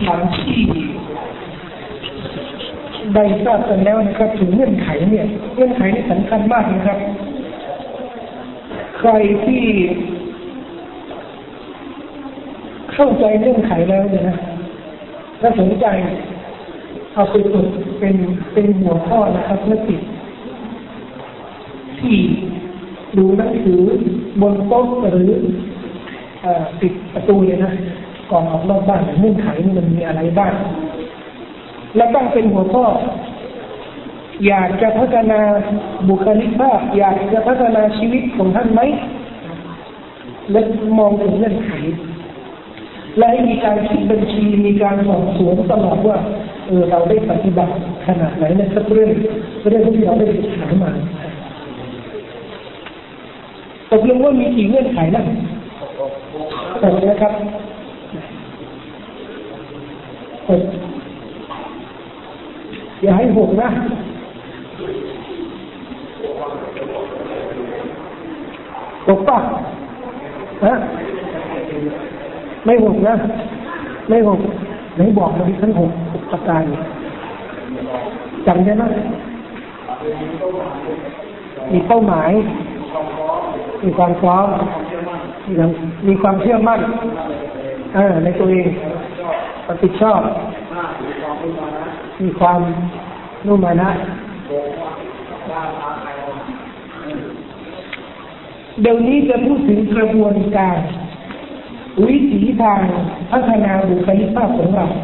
ถามที่ได้ทราบกันแล้วนะครับถึงเงื่อนไขเนี่ยเงื่อนไขนี่สำคัญมากนะครับใครที่เข้าใจเงื่อนไขแล้วเนี่ยนะถ้าสนใจเอาไปฝึกเป็นหัวข้อนะครับและติดที่ดูหนังสือบนโต๊ะหรือติดประตูเลยนะก่อนออกนอกบ้านเงื่อนไขนี่มันมีอะไรบ้างและตั้งเป็นหัวข้ออยากจะพัฒนาบุคลิกภาพอยากจะพัฒนาชีวิตของท่านไหมและมองถึงเงื่อนไขและให้มีการคิดบัญชีมีการสอบสวนตลอดว่าเราได้ปฏิบัติขนาดไหนในสักเรื่องที่เราได้ศึกษามาตกลงว่ามีกี่เงื่อนไขนะตกลงนะครับอย่าให้หกนะหกป่ะฮะไม่หกนะไม่หกไหนบอกมาดิทั้งหกประการจำได้ไหมมีเป้าหมายมีความพร้อมมีความเชื่อมั่นในตัวเองรับผิดชอบมีความนุ่มมานะเดี๋ยวนี้จะพูดถึงกระบวนการวิถีทางพัฒนาบุคลิกภาพของเรา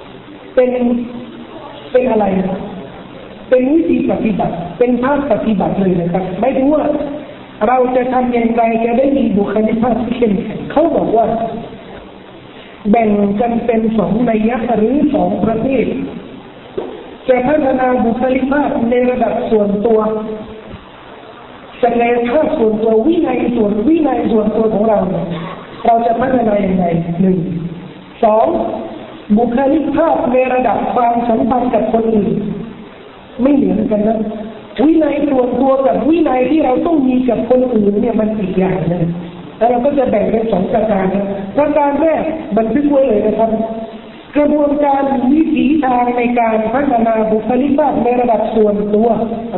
เป็นอะไรเป็นวิธีปฏิบัติเป็นภาพปฏิบัติเลยนะครับไม่รู้ว่าเราจะทำอย่างไรจะได้มีบุคลิกภาพที่เข้มแข็งเขาบอกว่าแบ่งกันเป็นสองนัยยะหรือสองประเภทจะพัฒนาบุคลิกภาพในระดับส่วนตัวศักยภาพส่วนตัววินัยส่วนตัวของเราเราจะพัฒนาอย่างไรหนึ่งสองบุคลิกภาพในระดับความสัมพันธ์กับคนอื่นไม่เหมือนกันนะวินัยส่วนตัวกับวินัยที่เราต้องมีกับคนอื่นเนี่ยมันอีกอย่างนึงแล้วเราก็จะแบ่งเป็นสองประการนะประการแรกบันทึกไว้เลยนะครับกระบวนการวิถีทางในการพัฒนาบุคลิกภาพในระดับส่วนตัว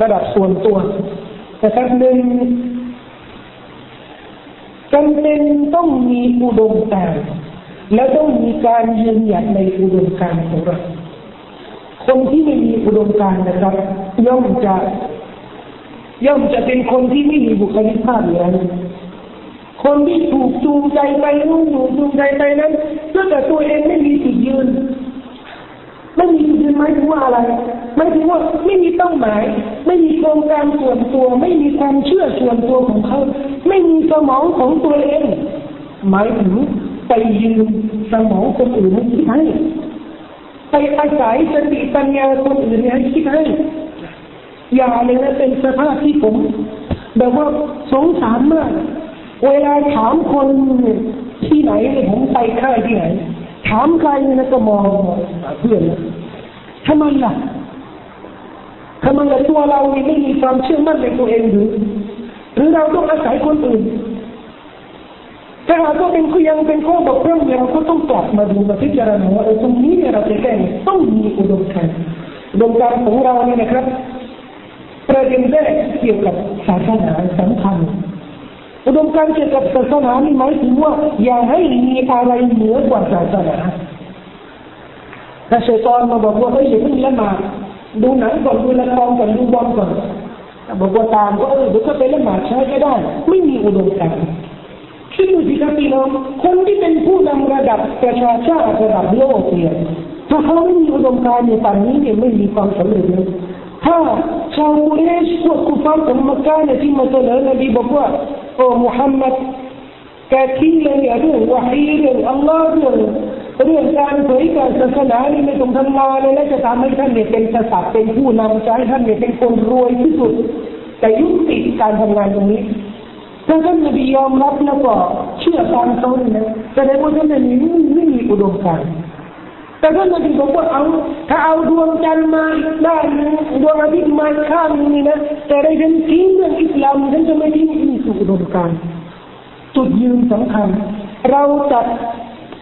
นะครับหนึ่งจำเป็นต้องมีอุดมการณ์และต้องมีการยืนหยัดในอุดมการณ์ของเราคนที่ไม่มีอุดมการณ์นะครับย่อมจะเป็นคนที่ไม่มีบุคลิกภาพอย่างนั้นคนที่ถูกจูงใจไปนู่นจูงใจไปนั้นเพื่อแต่ตัวเองไม่มีจุดยืนหมายถึงว่าอะไรหมายถึงว่าไม่มีเป้าหมายไม่มีโครงการส่วนตัวไม่มีความเชื่อส่วนตัวของเขาไม่มีสมองของตัวเองหมายถึงไปยืมสมองคนอื่นให้คิดให้ไปอาศัยสติปัญญาคนอื่นให้คิดให้อย่าเลยนะเป็นสภาพที่ผมแบบว่าสงสารมากเวลาถามคนที่ไหนผมไปค่ายที่ไหนถามใครนะก็มองเพื่อนทำไมล่ะตัวเราไม่มีความเชื่อมั่นในตัวเองหรือเราต้องอาศัยคนอื่นถ้าหากว่าเป็นยังเป็นข้อบกพร่องเราก็ต้องกลับมาดูมาพิจารณาว่าตรงนี้เราจะแก้ต้องมีอุดมการณ์ของเราเนี่ยนะครับประเด็นแรกเกี่ยวกับศาสนาสำคัญอุดมการณ์เกี่ยวกับศาสนานี่หมายถึงว่าอย่าให้มีอะไรเหนือกว่าศาสนาถ้าชัยฏอนมาบอกว่าอย่าเพิ่งละหมาดดูหนังก่อนดูละครก่อนดูบอลก่อนบอกว่าตามก็เดี๋ยวก็ไปละหมาดใช้ก็ได้ไม่มีอุดมการณ์คิดดูสิครับพี่น้องคนที่เป็นผู้นำระดับประชาชาติระดับโลกเนี่ยถ้าเขาไม่มีอุดมการณ์ในตอนนี้เนี่ยไม่มีความสำเร็จเลยถ้าชาวกุเรชพวกกุฟาร์ของมักกะเนี่ยที่มาเสนอนบีบอกว่าโอ้มุฮัมมัดแกทิ้งเลยเรื่องวะฮีเรื่องอัลลอฮ์เรื่องการเผยแผ่ศาสนานี่ไม่ต้องทำงานเลยและจะทำให้ท่านเนี่ยเป็นกษัตริย์เป็นผู้นำจะให้ท่านเนี่ยเป็นคนรวยที่สุดแต่ยุติการทำงานตรงนี้ถ้าท่านนบียอมรับแล้วก็เชื่อตามเขาเนี่ยแสดงว่าท่านนี้ไม่มีอุดมการณ์แต่ท่านนบีบอกว่าถ้าเอาดวงจันทร์มาด้านนึงดวงอาทิตย์มาข้างนึงนะแต่ได้ฉันทิ้งเรื่องอิสลามฉันจะไม่ทิ้งนี่คืออุดมการณ์จุดยืนสำคัญเราจัด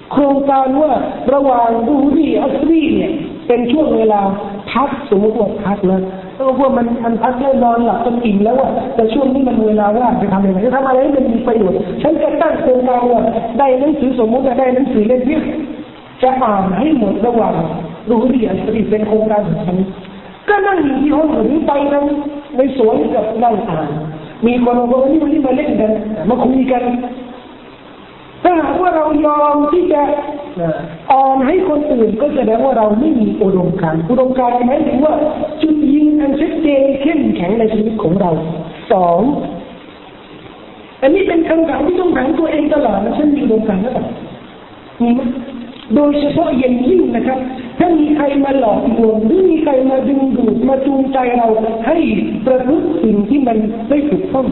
โครงการว่าระหว่างดูรีอัสรีเนี่ยเป็นช่วงเวลาพักสมมติว่าพักนะเพราะว่ามันพักแล้วนอนหลับจนอิ่มแล้วว่าแต่ช่วงนี้มันเวลาว่างจะทำอะไรจะทำอะไรให้มันมีประโยชน์ฉันจะตั้งโครงการว่าได้หนังสือสมมติว่าได้หนังสือเล่มนี้จะอ่านให้หมดระหว่างดูรีอัสรีเป็นโครงการของฉันก็นั่งอยู่ที่ห้องหรือไปนั่งในสวนกับนั่งอ่านมีคนบอกว่านี่วันนี้มาเล่นกันมาคุยกันถ้าหากว่าเรายอมที่จะอ่อนให้คนอื่นก็แสดงว่าเราไม่มีอุดมการณ์หมายถึงว่าจุดยืนอันชัดเจนเข้มแข็งในชีวิตของเราสองอันนี้เป็นคำถามที่ต้องถามตัวเองตลอดนะฉันมีอุดมการณ์หรือเปล่ามีไหมโดยเฉพาะอย่างยิ่งนะครับถ้ามีใครมาหลอกลวงหรือมีใครมาดึงดูดมาจูงใจเราให้ประพฤติสิ่งที่มันไม่ถูกต้อง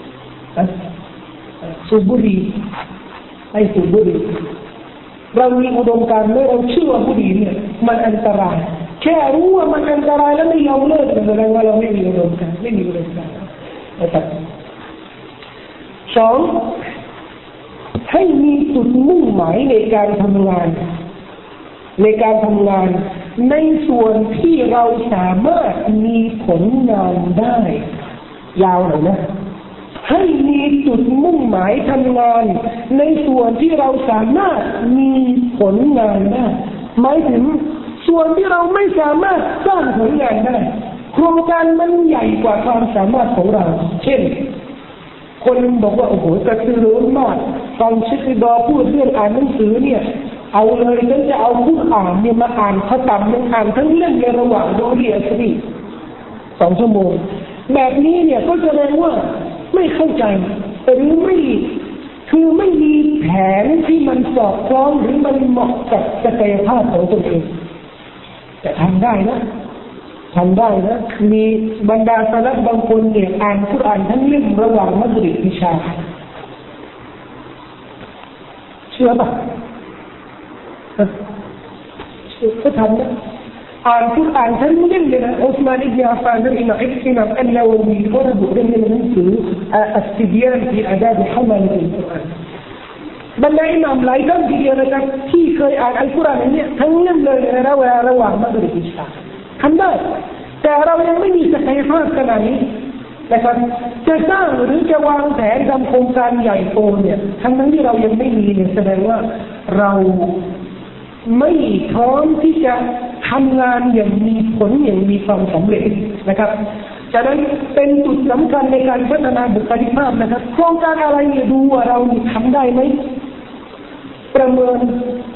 สูบบุหรี่ไอ้สูบบุหรี่เรามีอุดมการณ์เมื่อเราเชื่อว่าบุหรี่เนี่ยมันอันตรายแค่รู้ว่ามันอันตรายแล้วไม่ยอมเลิกแสดงว่าเราไม่มีอุดมการณ์นะครับสองให้มีจุดมุ่งหมายในการทำงานในส่วนที่เราสามารถมีผลงานได้ยาวหน่อยนะให้มีจุดมุ่งหมายทำงานในส่วนที่เราสามารถมีผลงานได้หมายถึงส่วนที่เราไม่สามารถสร้างผลงานได้โครงการมันใหญ่กว่าความสามารถของเราเช่นคนบอกว่าโอ้โหกระตือรือร้นมากฟังเชคดอพูดเรื่องอ่านหนังสือเนี่ยเอาเลยฉันจะเอาผู้อ่านเนี่ยมาอ่านขตับมันอ่านทั้งเรื่องในระหว่างโดเรียสรี2 ชั่วโมงแบบนี้เนี่ยก็แสดงว่าไม่เข้าใจหรือไม่มีแผนที่มันสอดคล้องหรือมันเหมาะกับศักยภาพของตนเองแต่ทำได้นะมีบรรดาสลับบางคนเนี่ยอ่านกุรอานทั้งเล่มระหว่างมักริบอิชาเชื่อป่ะก็ทำนะอ่านกุรอานทั้งเล่มเลยนะอุสมานอิบนาอัฟฟานและอิหม่ามอันนาวะวีก็ระบุเรื่องในหนังสืออัสติบยานฟีอาดาบฮะมัลอัลกุรอานบรรดาอิหม่ามหลายท่านทีเดียวนะครับที่เคยอ่านอัลกุรอานเนี่ยทั้งเล่มเลยในระหว่างมักริบอิชาทำได้แต่เรายังไม่มีศักยภาพขนาดนี้นะครับจะสร้างหรือจะวางแผนทำโครงการใหญ่โตเนี่ยทั้งที่เรายังไม่มีเนี่ยแสดงว่าเราไม่พร้อมที่จะทำงานอย่างมีผลอย่างมีความสำเร็จนะครับฉะนั้นเป็นจุดสำคัญในการพัฒนาบุคลิกภาพนะครับโครงการอะไรเนี่ยดูว่าเราทำได้ไหมประเมิน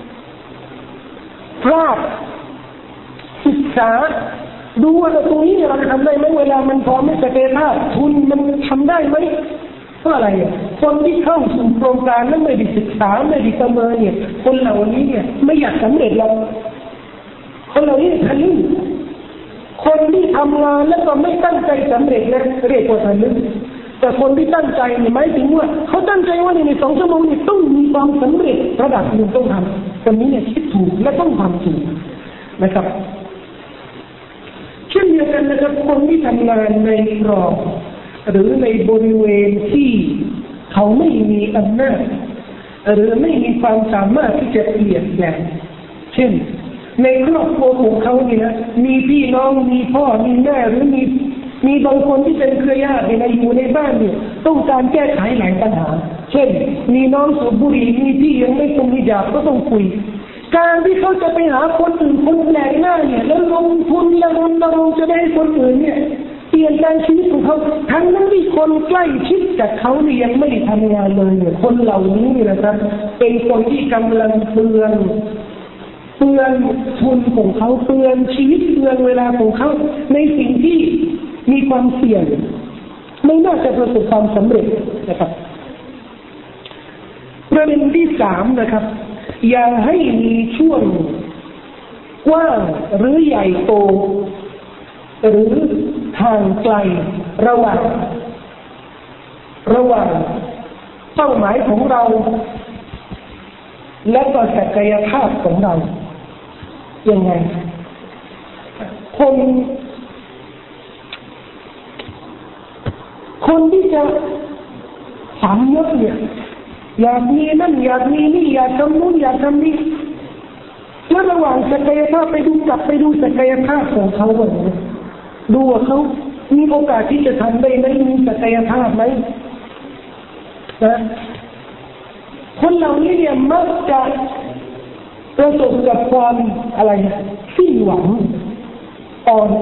พลาดศึกษาดูว่าตรงนี้เราทำได้ไหมเวลามันพร้อมไม่จะเป็นภาพทุนมันทำได้ไหมเพราะอะไรอ่ะคนที่เข้าสู่โครงการนั้นไม่ได้ศึกษาไม่ได้ประเมินเนี่ยคนเหล่านี้เนี่ยไม่อยากสำเร็จหรอกคนเหล่านี้ทะลึ่งคนที่ทำงานแล้วก็ไม่ตั้งใจสำเร็จนะเรียกว่าทะลึ่งแต่คนที่ตั้งใจเนี่ยหมายถึงว่าเขาตั้งใจว่าใน2 ชั่วโมงนี่ต้องมีความสำเร็จระดับหนึ่งต้องทำคนนี้เนี่ยคิดถูกและต้องทำถูกนะครับเช่นเดียวกันนะครับคนที่ทำงานในกรอบหรือในบริเวณที่เขาไม่มีอำนาจหรือไม่มีความสามารถที่จะเปลี่ยนแปลงเช่นในครอบครัวของเขาเนี่ยนะมีพี่น้องมีพ่อมีแม่หรือมีบางคนที่เป็นเครือญาติในอยู่ในบ้านเนี่ยต้องการแก้ไขหลายปัญหาเช่นมีน้องสูบบุหรี่มีพี่ยังไม่ทรงฮิญาบก็ต้องคุยการที่เขาจะไปหาคนอื่นคนแปลกหน้าเนี่ยแล้วลงทุนและรณรงค์จะได้ให้คนอื่นเนี่ยเปลี่ยนแปลงชีวิตของเขาทั้งนั้นที่คนใกล้ชิดกับเขาเนี่ยยังไม่ได้ทำงานเลยเนี่ยคนเหล่านี้เนี่ยนะครับเป็นคนที่กำลังเปลืองทุนของเขาเปลืองชีวิตเปลืองเวลาของเขาในสิ่งที่มีความเสี่ยงไม่น่าจะประสบความสำเร็จนะครับประเด็นที่3นะครับอย่าให้มีช่วงกว้างหรือใหญ่โตหรือห่างไกลระหว่างเป้าหมายของเราและก็ศักยภาพของเรายังไงคนที่จะสามยศเนี่ยอยากมีนั่นอยากมีนี่อยากทำนู่นอยากทำนี่แล้วระหว่างศักยภาพไปดูกลับไปดูศักยภาพของเขาว่าดูว่าเขามีโอกาสที่จะทำได้ไหมมีศักยภาพไหมนะคนเหล่านี้เนี่ยมักจะประสบกับความอะไรสิ้นหวังอ่อนแอ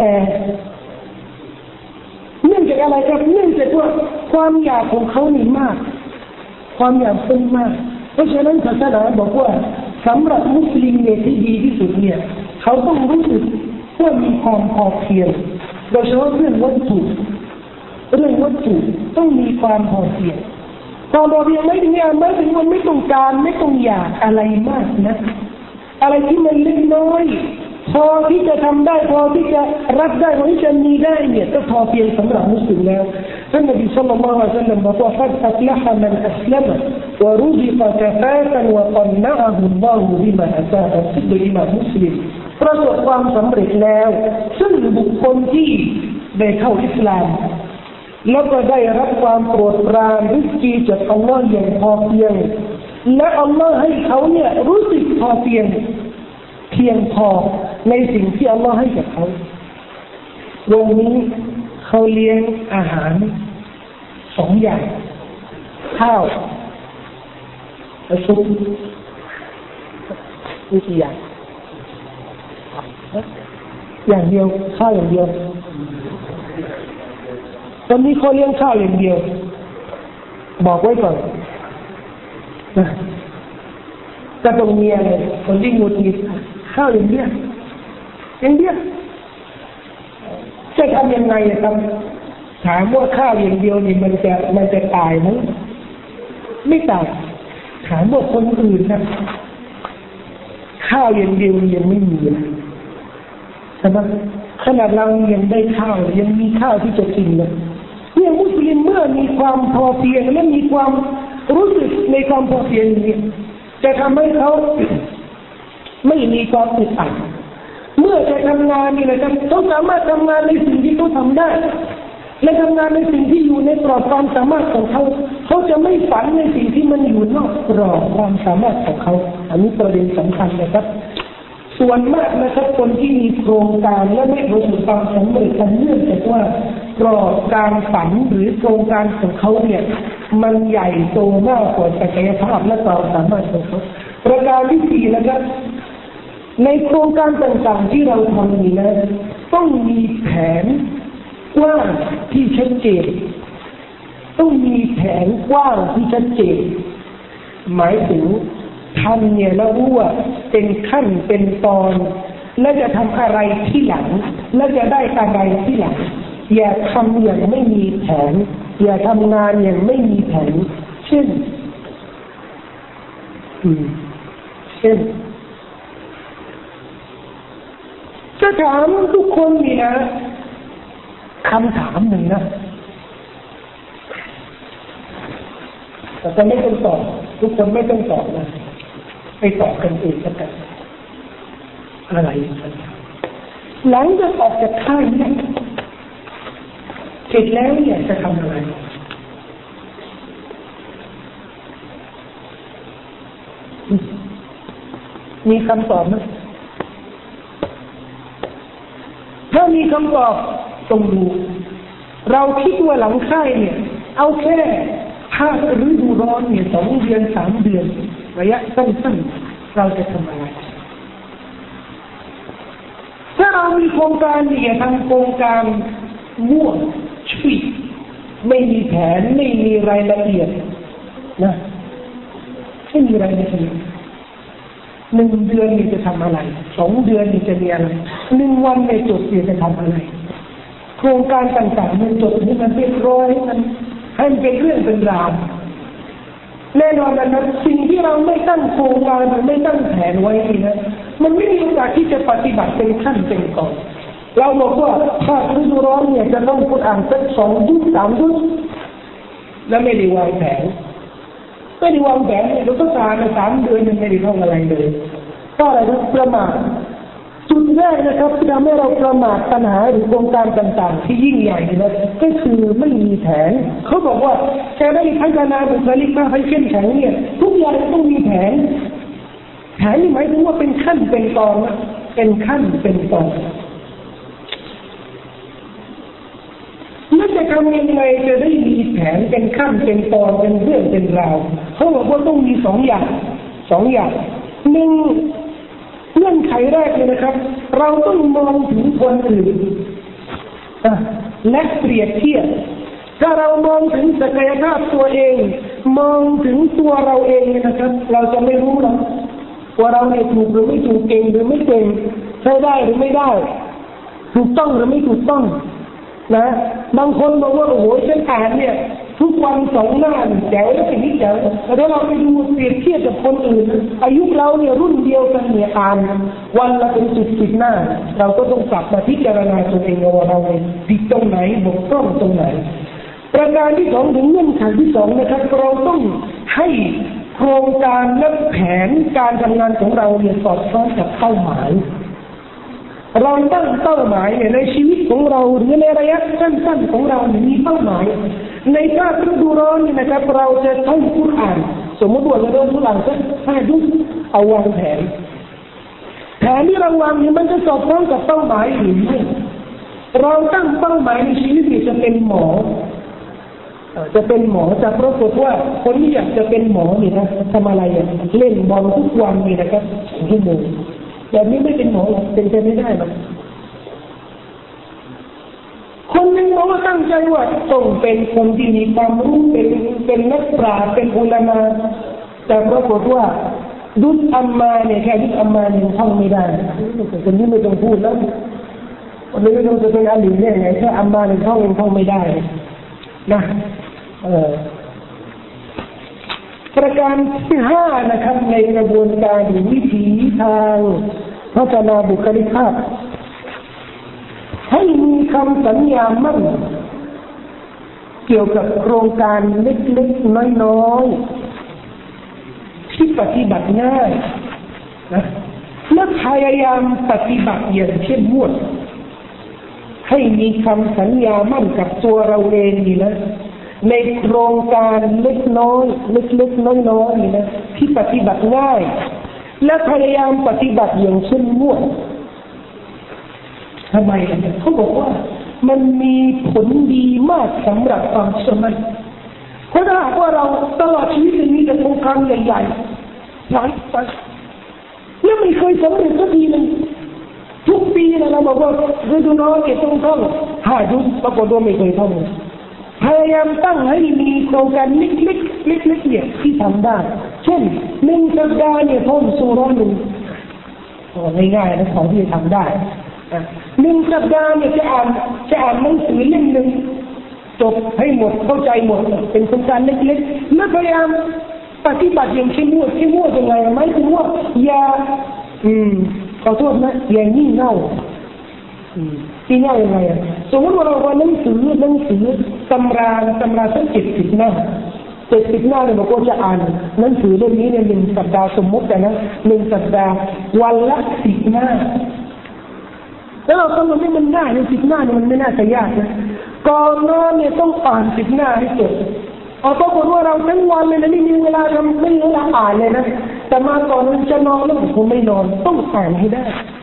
เนื่องจากอะไรครับเนื่องจากว่าความอยากของเขานี่มากความอยากเป็นมากเพราะฉะนั้นศาสนาบอกว่าสำหรับมุสลิมเนี่ยที่ดีที่สุดเนี่ยเขาต้องรู้สึกว่ามีความพอเพียงโดยเฉพาะเรื่องวัตถุต้องมีความพอเพียงความพอเพียงไม่ถึงไม่ถึงว่าไม่ต้องการไม่ต้องอยากอะไรมากนะอะไรที่มันเล็กน้อยพอที่จะทำได้พอที่จะรับได้พอที่จะมีได้เนี่ยก็พอเพียงสำหรับมุสลิมแล้วท่านนบีศ็อลลัลลอฮุอะลัยฮิวะซัลลัมบอกว่าฟัดอัฟละฮะมันอัสลัมวะรุซิกะกะฟาตันวะกันะอะฮุลลอฮุบิมาอะตาอัสบิมามุสลิมประสบความสำเร็จแล้วซึ่งบุคคลที่ได้เข้าอิสลามแล้วก็ได้รับความโปรดปรานริสกีจากอัลลอฮ์อย่างพอเพียงและอัลลอฮ์ให้เขาเนี่ยรู้สึกพอเพียงพอในสิ่งที่อัลลอฮ์ให้กับเขาวันนี้เขาเลี้ยงอาหาร2 อย่างข้าวและซุปนี่กี่อย่างเดียวข้าวอย่างเดียววันนี้เขาเลี้ยงข้าวอย่างเดียวบอกไว้ก่อนนะจะต้องมีอะไรคนที่หงุดหงิดข้าวอย่างเดียวจะทำยังไงครับถามว่าข้าวอย่างเดียวนี่มันจะตายไหมไม่ตายถามว่าคนอื่นนะข้าวอย่างเดียวยังไม่มีใช่ไหมขนาดเรายังได้ข้าวยังมีข้าวที่จะกินเลยเนี่ยมุสลิมเมื่อมีความพอเพียงและมีความรู้สึกในความพอเพียงนี้จะทำให้เขาไม่มีความอึดอัดเมื่อจะทำงานนี่นะครับเขาสามารถทำงานในสิ่งที่เขาทำได้และทำงานในสิ่งที่อยู่ในกรอบความสามารถของเขาจะไม่ฝันในสิ่งที่มันอยู่นอกกรอบความสามารถของเขาอันนี้ประเด็นสำคัญนะครับส่วนมากนะครับคนที่มีโครงการและไม่ประสบความสำเร็จเนื่องจากว่ากรอบการฝันหรือโครงการของเขาเนี่ยมันใหญ่โตมากกว่าศักยภาพและความสามารถของเขาประการที่4นะครับในโครงการต่างๆที่เราทำนี้นะต้องมีแผนกว้างที่ชัดเจนต้องมีแผนกว้างที่ชัดเจนหมายถึงทำเนี่ยแล้วรู้ว่าเป็นขั้นเป็นตอนและจะทำอะไรที่หลังและจะได้อะไรที่หลังอย่าทำอย่างไม่มีแผนอย่าทำงานอย่างไม่มีแผนเช่นจะถามทุกคนนี่นะคำถามหนึ่งนะแต่ไม่ต้องตอบทุกคนไม่ต้องตอบนะไปตอบกันเองแล้วกันอะไรหลังจากออกจากค่ายเนี่ยเสร็จแล้วเนี่ยจะทำอะไรมีคำตอบไหมถ้ามีคำตอบต้องดูเราคิดว่าหลังค่ายเนี่ยเอาแค่ถ้าฤดูร้อนเนี่ย2 เดือน 3 เดือนระยะสั้นๆเราจะทำอะไรถ้าเรามีโครงการเนี่ยทำโครงการมั่วชุยไม่มีแผนไม่มีรายละเอียดนะไม่มีรายละเอียด1 เดือนนี่จะทำอะไร2 เดือนนี่จะมีอะไร1 วันในจบนี่จะทำอะไรโครงการต่างๆมันจบให้มันเรียบร้อยให้มันเป็นเรื่องเป็นราวแน่นอนนะครับสิ่งที่เราไม่ตั้งโครงการหรือไม่ตั้งแผนไว้นี่นะมันไม่มีโอกาสที่จะปฏิบัติเป็นขั้นเป็นตอนเราบอกว่าถ้าฤดูร้อนเนี่ยจะต้องกุรอานสัก2 ยุค 3 ยุคแล้วไม่ได้วางแผนเนี่ยเราก็ทานใน3 เดือนยังไม่ได้ท่องอะไรเลยเพราะอะไรนะประมาทจุดแรกนะครับที่ทำให้เราประมาทปัญหาหรือโครงการต่างๆที่ยิ่งใหญ่นะก็คือไม่มีแผนเขาบอกว่าจะได้พัฒนาบุคลิกภาพให้เข้มแข็งเนี่ยทุกอย่างต้องมีแผนนี่หมายถึงว่าเป็นขั้นเป็นตอนนะเป็นขั้นเป็นตอนแล้วจะทำยังไงจะได้มีแผนเป็นขั้นเป็นตอนเป็นเรื่องเป็นราวเขาบอกว่าต้องมีสองอย่างหนึ่งเงื่อนไขแรกเลยนะครับเราต้องมองถึงคนอื่นและเปรียบเทียบถ้าเรามองถึงศักยภาพตัวเองมองถึงตัวเราเองนะครับเราจะไม่รู้หรอกว่าเราเนี่ยถูกหรือไม่ถูกเก่งหรือไม่เก่งใช้ได้หรือไม่ได้ถูกต้องหรือไม่ถูกต้องนะบางคนบอกว่าโอ้โหฉันอ่านเนี่ยทุกวัน2 หน้าแจ๋วแล้วสิ่งนี้แจ๋วแต่ถ้าเราไปดูเปรียบเทียบกับคนอื่นอายุเราเนี่ยรุ่นเดียวกันเนี่ยอ่านวันละเป็น10 หน้าเราก็ต้องกลับมาพิจารณาตัวเองว่าเราผิดตรงไหนบกพร่องตรงไหนประการที่2ถึงเงื่อนไขที่2นะครับเราต้องให้โครงการและแผนการทำงานของเราเนี่ยสอดคล้องกับเป้าหมายเราตั้งเป้าหมายเนี่ยในชีวิตของเราหรือในระยะสั้นๆของเรามีเป้าหมายในภาคฤดูร้อนนี่นะครับเราจะท่องกุรอานสมมติว่าเราเริ่มกุรอานสัก5 ยุคเอาวางแผนที่เราวางนี่มันจะสอดคล้องกับเป้าหมายหรือไม่เราตั้งเป้าหมายในชีวิตจะเป็นหมอจะปรากฏว่าคนที่อยากจะเป็นหมอนี่นะทำอะไรเล่นบอลทุกวันนี่นะครับ2 ชั่วโมงแบบนี้ไม่เป็นหมอหรอกเป็นไปไม่ได้หรอกคนหนึ่งบอกว่าตั้งใจว่าต้องเป็นคนที่มีความรู้เป็นนักปราชญ์เป็นอุลามะแต่ปรากฏว่าดุษอัมมาเนี่ยแค่ดุษอัมมาเนี่ยท่องไม่ได้คนนี้ไม่ต้องพูดแล้วคนนี้ไม่ต้องจะเป็นอาลีเนี่ยไงแค่อัมมาเนี่ยท่องไม่ได้นะประการที่5นะครับในกระบวนการหรือวิธีทางพัฒนาบุคลิกภาพให้มีคำสัญญามั่นเกี่ยวกับโครงการเล็กๆน้อยๆที่ปฏิบัติง่ายนะและพยายามปฏิบัติอย่างเข้มงวดให้มีคำสัญญามั่นกับตัวเราเองนี่นะในโครงการเล็กน้อยนี่นะที่ปฏิบัติง่ายและพยายามปฏิบัติอย่างเข้มงวดทำไมเขาบอกว่ามันมีผลดีมากสำหรับความเชื่อมั่นเพราะถ้าหากว่าเราตลอดชีวิตมีแต่โครงการใหญ่ๆหลายไปแล้วไม่เคยสำเร็จสักทีนึงทุกปีนะเราบอกว่าฤดูร้อนเนี่ยต้องท่อง5 ยุคปรากฏว่าไม่เคยท่องพยายามตั้งให้มีโครงการเล็กเนี่ยที่ทำได้เช่น1 สัปดาห์เนี่ยท่องซูเราะห์หนึ่งง่ายๆนะของที่ทำได้1 สัปดาห์เนี่ยจะอ่านหนังสือเล่มนึงจบให้หมดเข้าใจหมดเป็นโครงการเล็กๆและพยายามปฏิบัติอย่างเข้มงวดยังไงหมายถึงว่าอย่าขอโทษนะอย่างี่เง่าที่ง่ายยังไงสมมติว่าเราหนังสือตำราสัก70 หน้าเนี่ยเราก็จะอ่านหนังสือเล่มนี้ใน1 สัปดาห์สมมตินะ1 สัปดาห์วันละ10 หน้าแล้วเราต้องให้มันง่ายใน10 หน้านี่มันไม่น่าจะยากนะก่อนนอนเนี่ยต้องอ่าน10 หน้าให้จบปรากฏว่าเราทั้งวันเลยนะไม่มีเวลาทำไม่มีเวลาอ่านเลยนะแต่มาก่อนจะนอนแล้วผมไม่นอนต้องอ่านให้ได้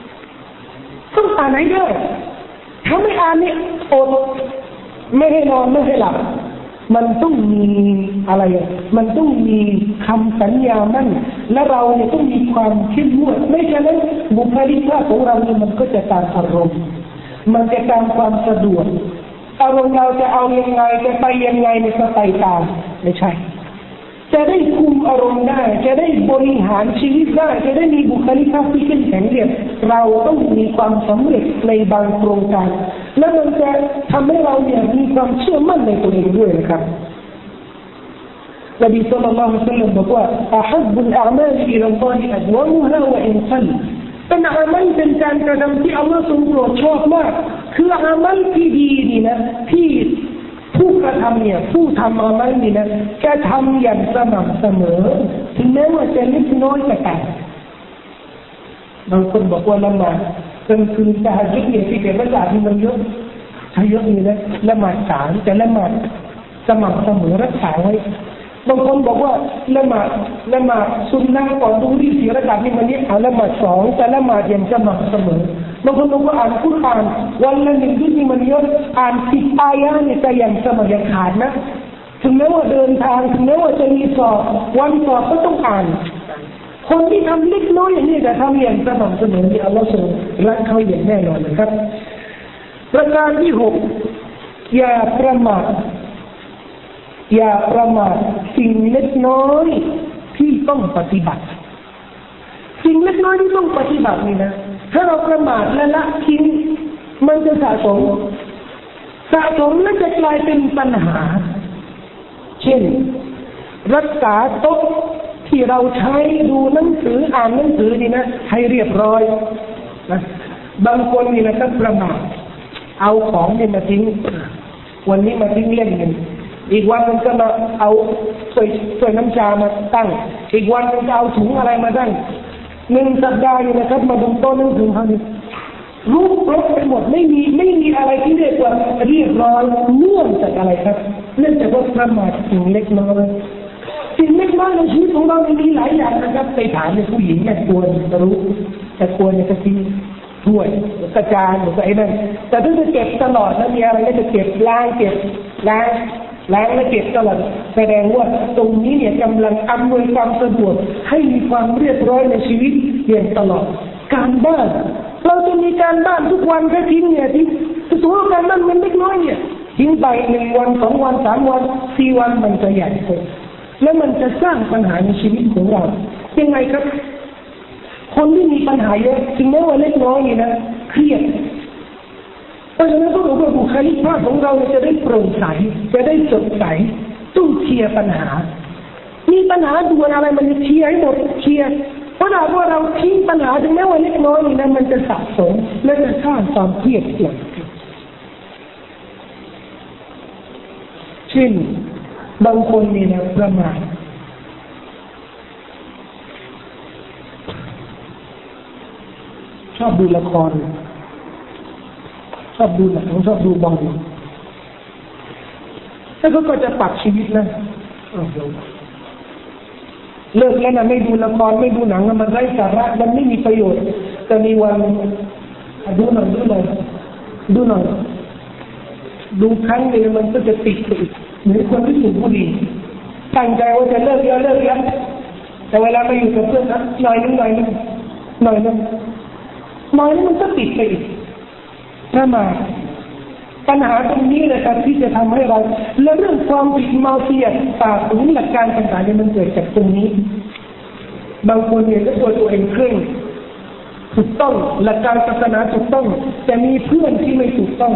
ถ้าไม่อ่านเนี่ยอดไม่ให้นอนไม่ให้หลับมันต้องมีอะไรมันต้องมีคำสัญญามั่นและเราเนี่ยต้องมีความเข้มงวดไม่ฉะนั้นบุคลิกภาพของเราเนี่ยมันก็จะตามอารมณ์มันจะตามความสะดวกอารมณ์เราจะเอายังไงจะไปยังไงเนี่ยก็ไปตามไม่ใช่จะได้คุมอารมณ์ได้จะได้บริหารชีวิตได้จะได้มีบุคลิกภาพที่เข้มแข็งเนี่ยเราต้องมีความสำเร็จในบางโครงการและมันจะทำให้เราเนี่ยมีความเชื่อมั่นในตัวเองด้วยนะครับนบีศ็อลลัลลอฮุอะลัยฮิวะซัลลัมบอกว่าอะฮับบุลอามัลอิลาอัลลอฮิอัดวะมุฮาะอินซัลเป็นอามัลเป็นการกระทำที่อัลลอฮ์ทรงโปรดชอบมากคืออามัลที่ดีนี่นะที่ผู้กระทำเนี่ยผู้ทำอามัลนี่นะจะทำอย่างสม่ำเสมอถึงแม้ว่าจะเล็กน้อยก็ตามบางคนบอกว่าละหมาดกลางคืนตะฮัจญุดเนี่ยที่เก็บรักษาที่มันเยอะใช้เยอะนี่นะละหมาดสามแต่ละหมาดสม่ำเสมอรักษาไว้บางคนบอกว่าละหมาดซุนนะก่อนดูที่4 ระกาตนี่มันนี่เอาละหมาด2แต่ละหมาดอย่างสม่ำเสมอบางคนบอกว่าอ่านกุรอานวันละ1 ยุดนี่มันเยอะอ่าน10 อายะห์นี่แต่อย่างสม่ำอย่างขาดนะถึงแม้ว่าเดินทางถึงแม้ว่าจะมีสอบวันสอบก็ต้องอ่านคนที่ทำเล็กน้อยอย่างนี้แต่ทำอย่างสม่ำเสมอที่อัลลอฮฺทรงรักเขาอย่างแน่นอนนะครับประการที่6อย่าประมาทสิ่งเล็กน้อยที่ต้องปฏิบัติสิ่งเล็กน้อยที่ต้องปฏิบัตินี่นะถ้าเราประมาทและละทิ้งมันจะสะสมและจะกลายเป็นปัญหาเช่นรักษาโต๊ะที่เราใช้ดูหนังสืออ่านหนังสือนี่นะให้เรียบร้อยนะบางคนนี่นะก็ประมาทเอาของนี่มาทิ้งวันนี้มาทิ้งเล่มนึงอีกวันนึงก็มาเอาถ้วยน้ำชามาตั้งอีกวันนึงก็เอาถุงอะไรมาตั้ง1 สัปดาห์นี่นะครับมาดูโต๊ะหนังสือเขานี่รูปรบไปหมดไม่มีอะไรที่เรียกว่าเรียบร้อยเนื่องจากอะไรครับเนื่องจากว่าประมาทสิ่งเล็กน้อยสิ่งเล็กน้อยในชีวิตของเรามีหลายอย่างนะครับไปถามในผู้หญิงเนี่ยควรจะรู้แต่ควรจะทิ้งถ้วยกระจานหรือไอ้นั่นแต่ถ้าจะเก็บตลอดแล้วมีอะไรก็จะเก็บล้างและเก็บตลอดแสดงว่าตรงนี้เนี่ยกำลังอำนวยความสะดวกให้มีความเรียบร้อยในชีวิตอย่างตลอดการบ้านเราจะมีการบ้านทุกวันแค่ทิ้งเนี่ยทิ้งตัวการบ้านมันเล็กน้อยเนี่ยทิ้งไป1 วัน2 วัน3 วัน4 วันมันจะใหญ่ขึ้นแล้วมันจะสร้างปัญหาในชีวิตของเรายังไงครับคนที่มีปัญหาเยอะถึงแม้ว่าเล็กน้อยนี่นะเครียดเพราะฉะนั้นก็บอกว่าบุคลิกภาพของเราจะได้โปร่งใสจะได้สดใสต้องเคลียร์ปัญหามีปัญหาด่วนอะไรมันจะเคลียร์ให้หมดเคลียร์เพราะถ้าเราทิ้งปัญหาถึงแม้ว่าเล็กน้อยนี่นะมันจะสะสมและจะสร้างความเครียดเกิดขึ้นเช่นบางคนนี่นะประมาทชอบดูละครชอบดูหนังชอบดูบอลแล้วก็จะปักชีวิตนะเลิกแล้วนะไม่ดูละครไม่ดูหนังมันไร้สาระมันไม่มีประโยชน์แต่มีวันดูหน่อยดูครั้งนึงมันก็จะติดอีกเหมือนคนที่สูบบุหรี่ตั้งใจว่าจะเลิกแล้วแต่เวลาไปอยู่กับเพื่อนนะหน่อยนึงมันก็ติดไปอีกประมาทปัญหาตรงนี้เลยครับที่จะทำให้เราและเรื่องความผิดมาเฟียฝ่าฝืนหลักการต่างๆเนี่ยมันเกิดจากตรงนี้บางคนเนี่ยก็ตัวเองเคร่งถูกต้องหลักการศาสนาถูกต้องแต่มีเพื่อนที่ไม่ถูกต้อง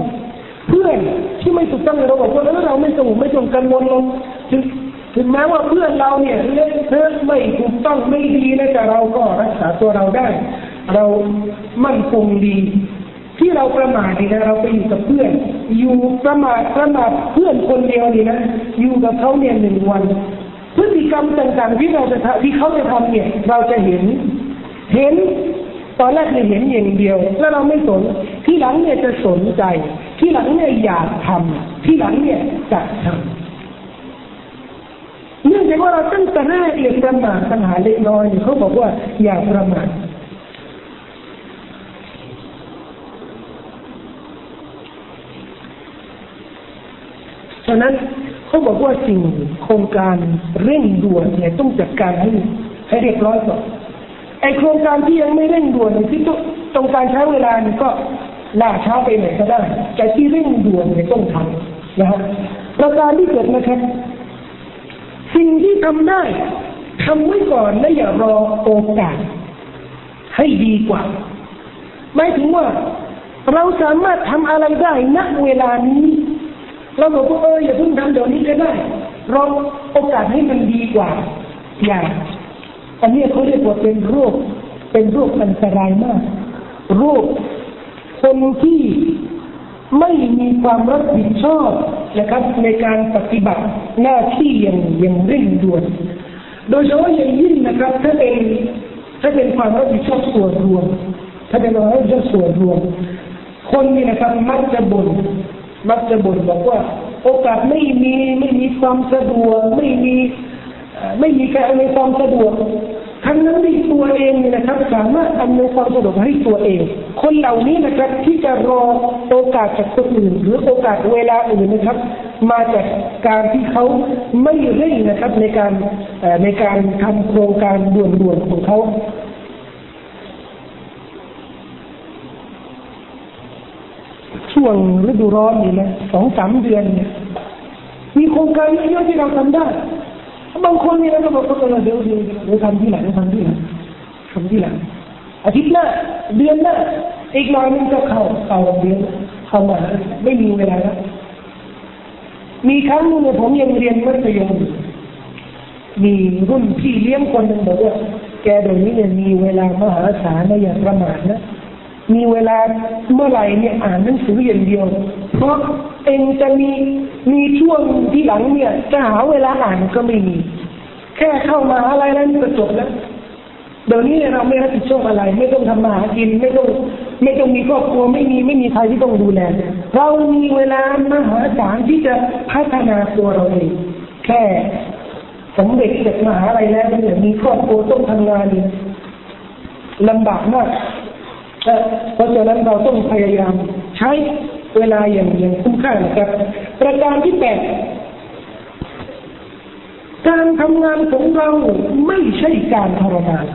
เราบอกว่าเราไม่สงบไม่ตรงกันวนลงถึงแม้ว่าเพื่อนเราเนี่ยเลิกไม่ถูกต้องไม่ดีนะแต่เราก็รักษาตัวเราได้เรามั่นคงดีที่เราประมาทนี่นะเราไปอยู่กับเพื่อนอยู่ประมาทเพื่อนคนเดียวนี่นะอยู่กับเขาเนี่ย1 วันพฤติกรรมต่างๆที่เขาจะทำเนี่ยเราจะเห็นตอนแรกเนี่ยเห็นอย่างเดียวแล้วเราไม่สนที่หลังเนี่ยจะสนใจที่หลังเนี่ยอยากทำที่หลังเนี่ยจะทำเนื่องจากว่าเราตั้งแต่แรกเรียนประมาทปัญหาเล็กน้อยเขาบอกว่าอย่าประมาทฉะนั้นเขาบอกว่าสิ่งโครงการเร่งด่วนเนี่ยต้องจัดการให้เรียบร้อยก่อนไอโครงการที่ยังไม่เร่งด่วนที่ต้องการใช้เวลานี่ก็ล่าช้าไปหน่อยก็ได้แต่ที่เร่งด่วนเนี่ยต้องทำนะฮะประการที่เกิดนะครับสิ่งที่ทำได้ทำไว้ก่อนและอย่ารอโอกาสให้ดีกว่าหมายถึงว่าเราสามารถทำอะไรได้ณเวลานี้เราบอกว่าอย่าเพิ่งทำเดี๋ยวนี้ก็ได้รอโอกาสให้มันดีกว่าอย่างอันนี้เขาเรียกว่าเป็นโรคอันตรายมากโรคคนที่ไม่มีความรับผิดชอบนะครับในการปฏิบัติหน้าที่อย่างเร่งด่วนโดยเฉพาะอย่างยิ่งนะครับถ้าเป็นความรับผิดชอบส่วนรวมถ้าจะมองให้เรื่องส่วนรวมคนนี่นะครับมักจะบ่นบอกว่าโอกาสไม่มีความสะดวกไม่มีการอำนวยความสะดวกทั้งนั้นที่ตัวเองนี่นะครับสามารถอำนวยความสะดวกให้ตัวเองคนเหล่านี้นะครับที่จะรอโอกาสจากคนอื่นหรือโอกาสเวลาอื่นนะครับมาจากการที่เขาไม่เร่งนะครับในการทำโครงการด่วนๆของเขาช่วงฤดูร้อนนี่นะ 2-3 เดือนเนี่ยมีโครงการเยอะที่เราทำได้บางคนนี่นะก็บอกว่าเดี๋ยวทำที่ไหนอาทิตย์หน้าเดือนหน้าอีกหน่อยนึงจะเข้าเดือนเข้ามาไม่มีเวลาแล้วมีครั้งนึงผมยังเรียนมัธยมมีรุ่นพี่เลี้ยงคนหนึ่งบอกว่าแกเดี๋ยวนี้เนี่ยมีเวลามหาศาลนะอย่าประมาทนะมีเวลาเมื่อไหร่เนี่ยอ่านหนังสืออย่างเดียวเพราะเองจะมีช่วงที่หลังเนี่ยจะหาเวลาอ่านก็ไม่มีแค่เข้ามาอะไรแล้วนี่ก็จบแล้วเดี๋ยวนี้เราไม่รับผิดชอบอะไรไม่ต้องทำมาหากินไม่ต้องมีครอบครัวไม่มีใครที่ต้องดูแลเรามีเวลามหาศาลที่จะพัฒนาตัวเราเองแค่สำเร็จจากมหาลัยแล้วเนี่ยมีครอบครัวต้องทำงานลำบากมากเพราะฉะนั้นเราต้องพยายามใช้เวลาอย่างคุ้มค่านะครับประการที่ 8การทำงานของเราไม่ใช่การทรมาน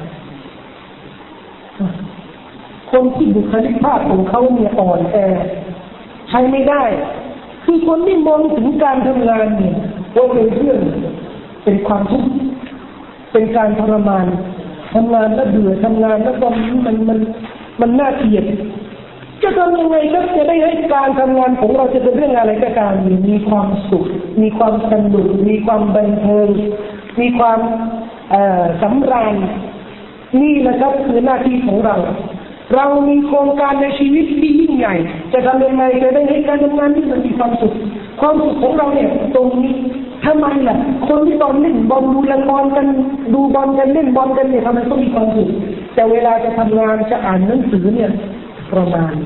คนที่บุคลิกภาพของเขาเนี่ยอ่อนแอใช้ไม่ได้คือคนที่มองถึงการทำงานเนี่ยว่าเป็นเรื่องเป็นความทุกข์เป็นการทรมานทำงานแล้วเบื่อทำงานแล้วก็มันน่าเกลียดจะทำยังไงครับจะได้ให้การทำงานของเราจะเป็นเรื่องอะไรก็ตามมีความสุขมีความสนุกมีความบันเทิงมีความสำราญนี่แหละครับคือหน้าที่ของเรามีโครงการในชีวิตที่ยิ่งใหญ่จะทำยังไงจะได้ให้การทำงานที่มันมีความสุขของเราเนี่ยตรงนี้ทำไมล่ะคนที่ตอนเล่นบอลดูละครกันดูบอลกันเล่นบอลกันเนี่ยทำไมต้องมีความสุขแต่เวลาจะทำงานจะอ่านหนังสือเนี่ยประมาณ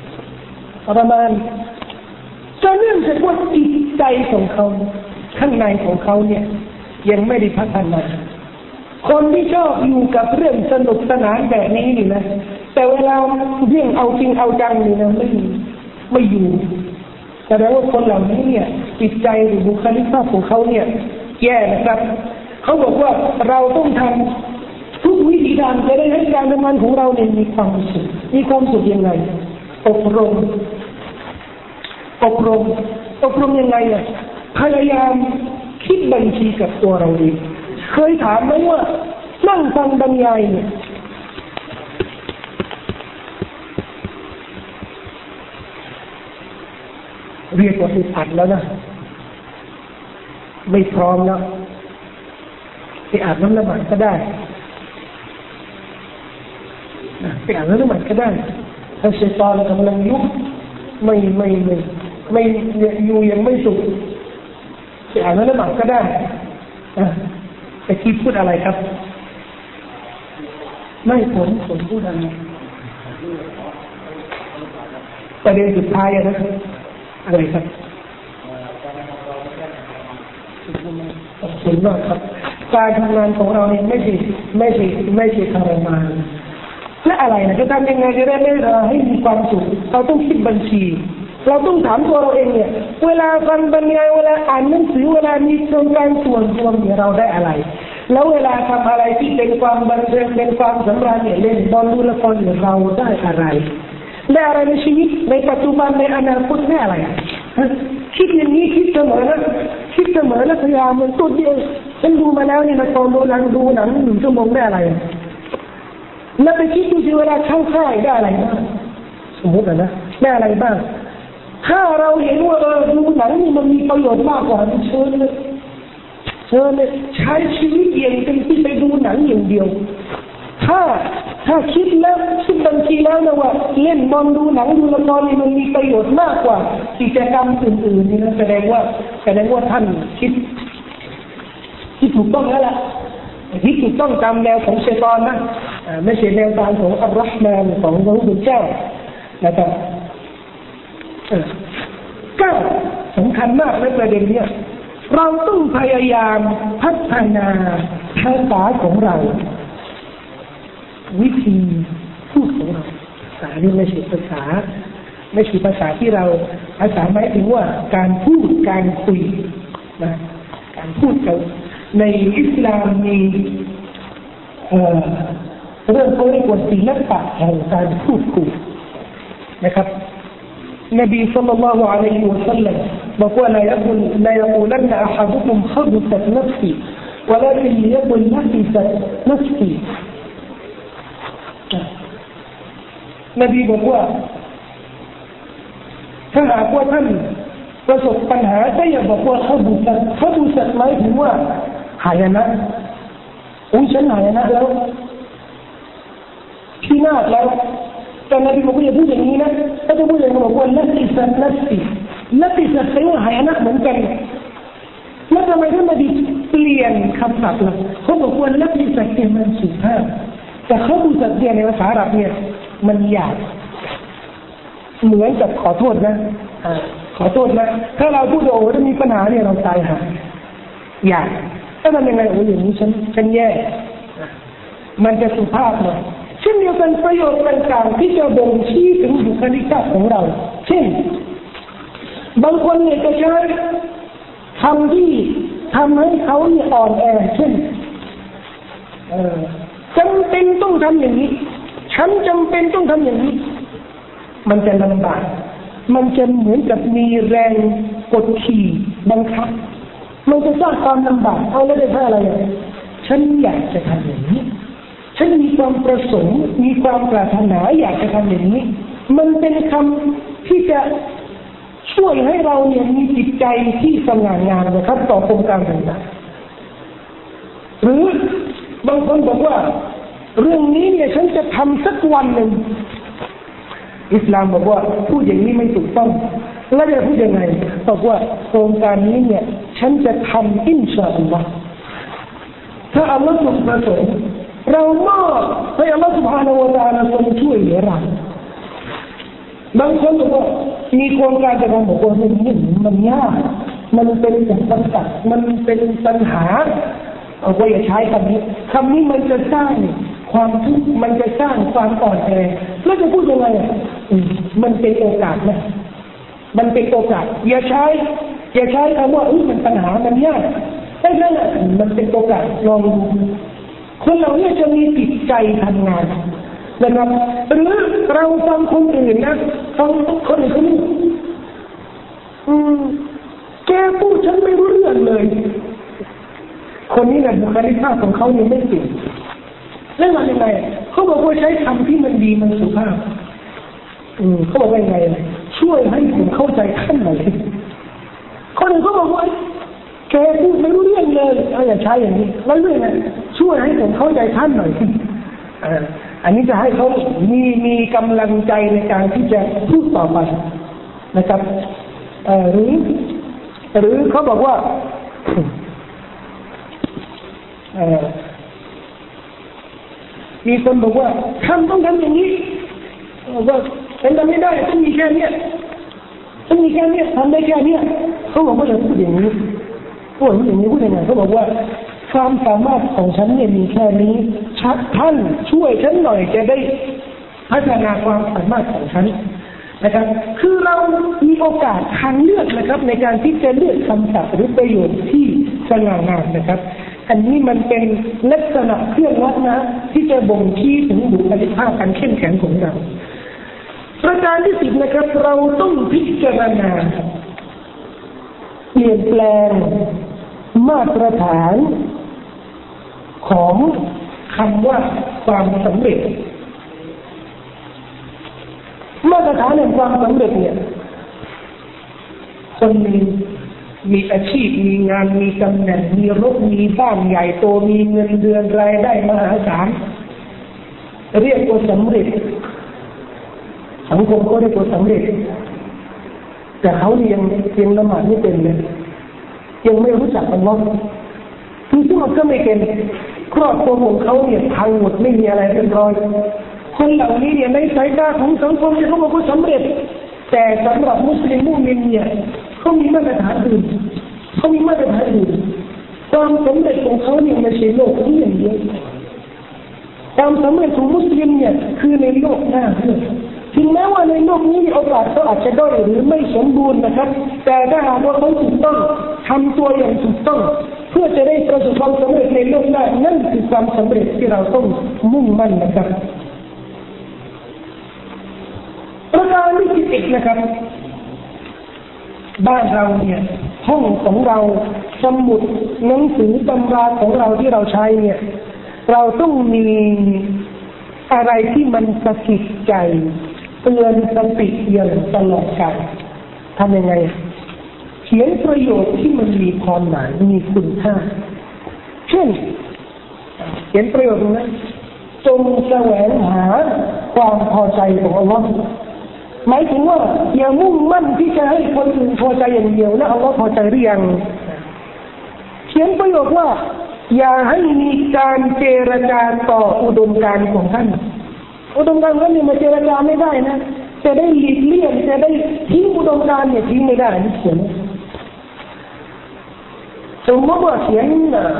จะเนื่องจากว่าจิตใจของเขาข้างในของเขาเนี่ยยังไม่ได้พัฒนาคนที่ชอบอยู่กับเรื่องสนุกสนานแบบนี้นี่นะแต่เวลาเรื่องเอาจริงเอาจังนี่นะไม่อยู่แสดงว่าคนเหล่านี้เนี่ยจิตใจหรือบุคลิกภาพของเขาเนี่ยแย่นะครับเขาบอกว่าเราต้องทำทุกวิธีการจะได้ให้การทำงานของเราเนี่ยมีความสุขยังไงอบรมยังไงอ่ะพยายามคิดบัญชีกับตัวเราเองเคยถามไหมว่านั่งฟังบรรยายเนี่ยเรียกว่าอึดอัดแล้วนะไม่พร้อมแล้วไปอาบน้ำละหมาดก็ได้ไปอาบน้ำละหมาดก็ได้ถ้าชัยฏอนกำลังยุบไม่อยู่ยังไม่สุขไปอาบน้ำละหมาดก็ได้แต่คิดพูดอะไรครับไม่ผลพูดอะไรประเด็นสุดท้ายนะอะไรครับขอบคุณมากครับการทำงานของเราเนี่ยไม่ใช่ทรมานและอะไรนะจะทำยังไงจะได้ให้มีความสุขเราต้องคิดบัญชีเราต้องถามตัวเราเองเนี่ยเวลาฟังบรรยายเวลาอ่านหนังสือเวลามีโครงการส่วนรวมเนี่ยเราได้อะไรแล้วเวลาทำอะไรที่เป็นความบันเทิงเป็นความสำราญเนี่ยเล่นบอลดูละครเนี่ยเราได้อะไรในชีวิตในปัจจุบันในอนาคตได้อะไรคิดอย่างนี้คิดเสมอแล้วพยายามมันตัวเดียวฉันดูมาแล้วเนี่ยนะตอนดูหนัง1 ชั่วโมงได้อะไรแล้วไปคิดดูสิเวลาเข้าค่ายได้อะไรบ้างสมมตินะได้อะไรบ้างถ้าเราเห็นว่าดูหนังนี่มันมีประโยชน์มากกว่าเชิญเลยใช้ชีวิตอย่างเต็มที่ไปดูหนังอย่างเดียวถ้าคิดบัญชีแล้วนะว่าเล่นบอลดูหนังดูละครนี่มันมีประโยชน์มากกว่ากิจกรรมอื่นๆนี่นะแสดงว่าท่านคิดถูกต้องแล้วล่ะที่ถูกต้องตามแนวของชัยฏอนนะไม่ใช่แนวทางของอัลลอฮ์มานของพระผู้เป็นเจ้านะครับก็สำคัญมากในประเด็นนี้เราต้องพยายามพัฒนาภาษาของเราวิธีพูดของเราภาษานี่ไม่ใช่ภาษาที่เราภาษาหมายถึงว่าการพูดการคุยนะการพูดกันในอิสลามมีเรื่องเขาเรียกว่าศิลปะแห่งการพูดคุยนะครับนบีศ็อลลัลลอฮุอะลัยฮิวะซัลลัมบอกว่าلا يقولن أحدكم خبثت نفسي ولكن ليقل نفست نفسيนบีบอกว่าถ้าหากว่าท่านประสบปัญหาก็อย่าบอกว่าขบุสัตหมายถึงว่าหายนะฉันหายนะแล้วพินาศแล้วแต่นบีบอกว่าอย่าพูดอย่างนี้นะถ้าจะพูดอย่างนี้บอกว่าละติสัตนัสติแปลว่าหายนะเหมือนกันแล้วทำไมท่านนบีเปลี่ยนคำศัพท์ล่ะเขาบอกว่าละติสัตเนี่ยมันสุภาพแต่ขบุสัตเนี่ยในภาษาอาหรับเนี่ยมันหยาบเหมือนกับขอโทษนะขอโทษนะถ้าเราพูดโอ้ถ้ามีปัญหาเนี่ยเราตายห่าอยากถ้ามันยังไงโอ้อย่างนี้ฉันแย่มันจะสุภาพหน่อยเช่นเดียวกันประโยชน์ต่างๆที่จะบ่งชี้ถึงบุคลิกของเราเช่นบางคนเนี่ยจะใช้คำที่ทำให้เขาเนี่ยอ่อนแอเช่นจำเป็นต้องทำอย่างนี้ฉันจำเป็นต้องทำอย่างนี้มันจะลำบากมันจะเหมือนกับมีแรงกดขี่บังคับมันจะสร้างความลำบากเอาแล้วได้เพราะอะไรฉันอยากจะทำอย่างนี้ฉันมีความประสงค์มีความปรารถนาอยากจะทำอย่างนี้มันเป็นคำที่จะช่วยให้เราเนี่ยมีจิตใจที่สง่างามนะครับต่อโครงการต่างๆหรือบางคนบอกว่าเรื่องนี้เนี่ยฉันจะทำสักวันหนึ่งอิสลามบอกว่าพูดอย่างนี้ไม่ถูกต้องแล้วจะพูดยังไงบอกว่าโครงการนี้เนี่ยฉันจะทำอินชาอัลลอฮ์ถ้าอัลลอฮ์ทรงประสงค์เรามอบให้อัลลอฮ์ سبحانه และ تعالى ทรงช่วยเหลือเราบางคนบอกว่ามีโครงการจะทำบอกว่ามันยากมันเป็นอุปสรรคมันเป็นปัญหาเอาไว้อย่าใช้คำนี้มันจะสร้างความทุกข์มันจะสร้างความอ่อนแอแล้วจะพูดยังไงมันเป็นโอกาสนะมันเป็นโอกาสอย่าใช้คำว่ามันปัญหามันยากแต่นั่นแหละมันเป็นโอกาสลองดูคนเราเนี่ยจะมีจิตใจทำงานนะครับหรือเราฟังคนอื่นนะฟังคนอื่นแกพูดฉันไม่รู้เรื่องเลยคนนี้เนี่ยบุคลิกภาพของเขาเนี่ยไม่จริงแล้วมันยังไงเขาบอกว่าใช้คำที่มันดีมันสุภาพเขาบอกว่ายังไงช่วยให้ผมเข้าใจท่านหน่อยคนอื่นเขาบอกว่าแกพูดไม่รู้เรื่องเลยอย่าใช้อย่างนี้แล้วเรื่องนั้นช่วยให้ผมเข้าใจท่านหน่อยอันนี้จะให้เขามีกำลังใจในการที่จะพูดต่อไปนะครับหรือเขาบอกว่ามีคนบอกว่าต้องทำอย่างนี้บอกว่าฉันทำไม่ได้ต้องมีแค่นี้ทำได้แค่นี้เขาบอกว่าอย่าพูดอย่างนี้พูดอย่างนี้พูดยังไงเขาบอกว่าความสามารถของฉันเนี่ยมีแค่นี้ท่านช่วยฉันหน่อยจะได้พัฒนาความสามารถของฉันนะครับคือเรามีโอกาสทางเลือกนะครับในการที่จะเลือกคำศัพท์หรือประโยชน์ที่สง่างามนะครับอันนี้มันเป็นลักษณะเครื่องวัดนะที่จะบ่งชี้ถึงบุคลิกภาพการเข้มแข็งของเราประการที่10นะครับเราต้องพิจารณาเปลี่ยนแปลงมาตรฐานของคำว่าความสำเร็จมาตรฐานแห่งความสำเร็จเนี่ยคนมีอาชีพมีงานมีตำแหน่งมีรถมีบ้านใหญ่โตมีเงินเดือนรายได้มหาศาลเรียกว่าสำเร็จสังคมก็เรียกว่าสำเร็จแต่เขายังละหมาดไม่เป็นเลยยังไม่รู้จักอัลเลาะห์คือสวดก็ไม่เป็นครอบครัวของเขาเนี่ยพังหมดไม่มีอะไรเรียบร้อยคนเหล่านี้เนี่ยในสายตาของสังคมเนี่ยเขาบอกว่าสำเร็จแต่สำหรับมุสลิมมุสลิมเนี่ยเขามีมาตรฐานอื่นความสำเร็จของเขาเนี่ยไม่ใช่โลกนี้อย่างเดียวความสำเร็จของมุสลิมเนี่ยคือในโลกหน้าด้วยถึงแม้ว่าในโลกนี้มีโอกาสเขาอาจจะด้อยหรือไม่สมบูรณ์นะครับแต่ถ้าหากว่าเขาถูกต้องทำตัวอย่างถูกต้องเพื่อจะได้ประสบความสำเร็จในโลกหน้านั่นคือความสำเร็จที่เราต้องมุ่งมั่นนะครับประการที่11นะครับบ้านเราเนี่ยห้องของเราสมุดหนังสือตำราของเราที่เราใช้เนี่ยเราต้องมีอะไรที่มันสะกิดใจเตือนสติอย่างตลอดกาลทำยังไงเขียนประโยชน์ที่มันมีความหมายมีคุณค่าเช่นเขียนประโยชน์นั้นจงแสวงหาความพอใจของอัลลอฮ์หมายถึงว่าอย่ามุ่งมั่นที่จะให้คนอื่นพอใจอย่างเดียวแล้วอัลลอฮ์พอใจหรือยังเขียนประโยชน์ว่าอย่าให้มีการเจรจาต่ออุดมการณ์ของท่านอุดมการณ์นั้นเนี่ยมาเจรจาไม่ได้นะจะได้หลีกเลี่ยงจะได้ทิ้งอุดมการณ์เนี่ยทิ้งไม่ได้นี่เขียนสมมติว่าเขียน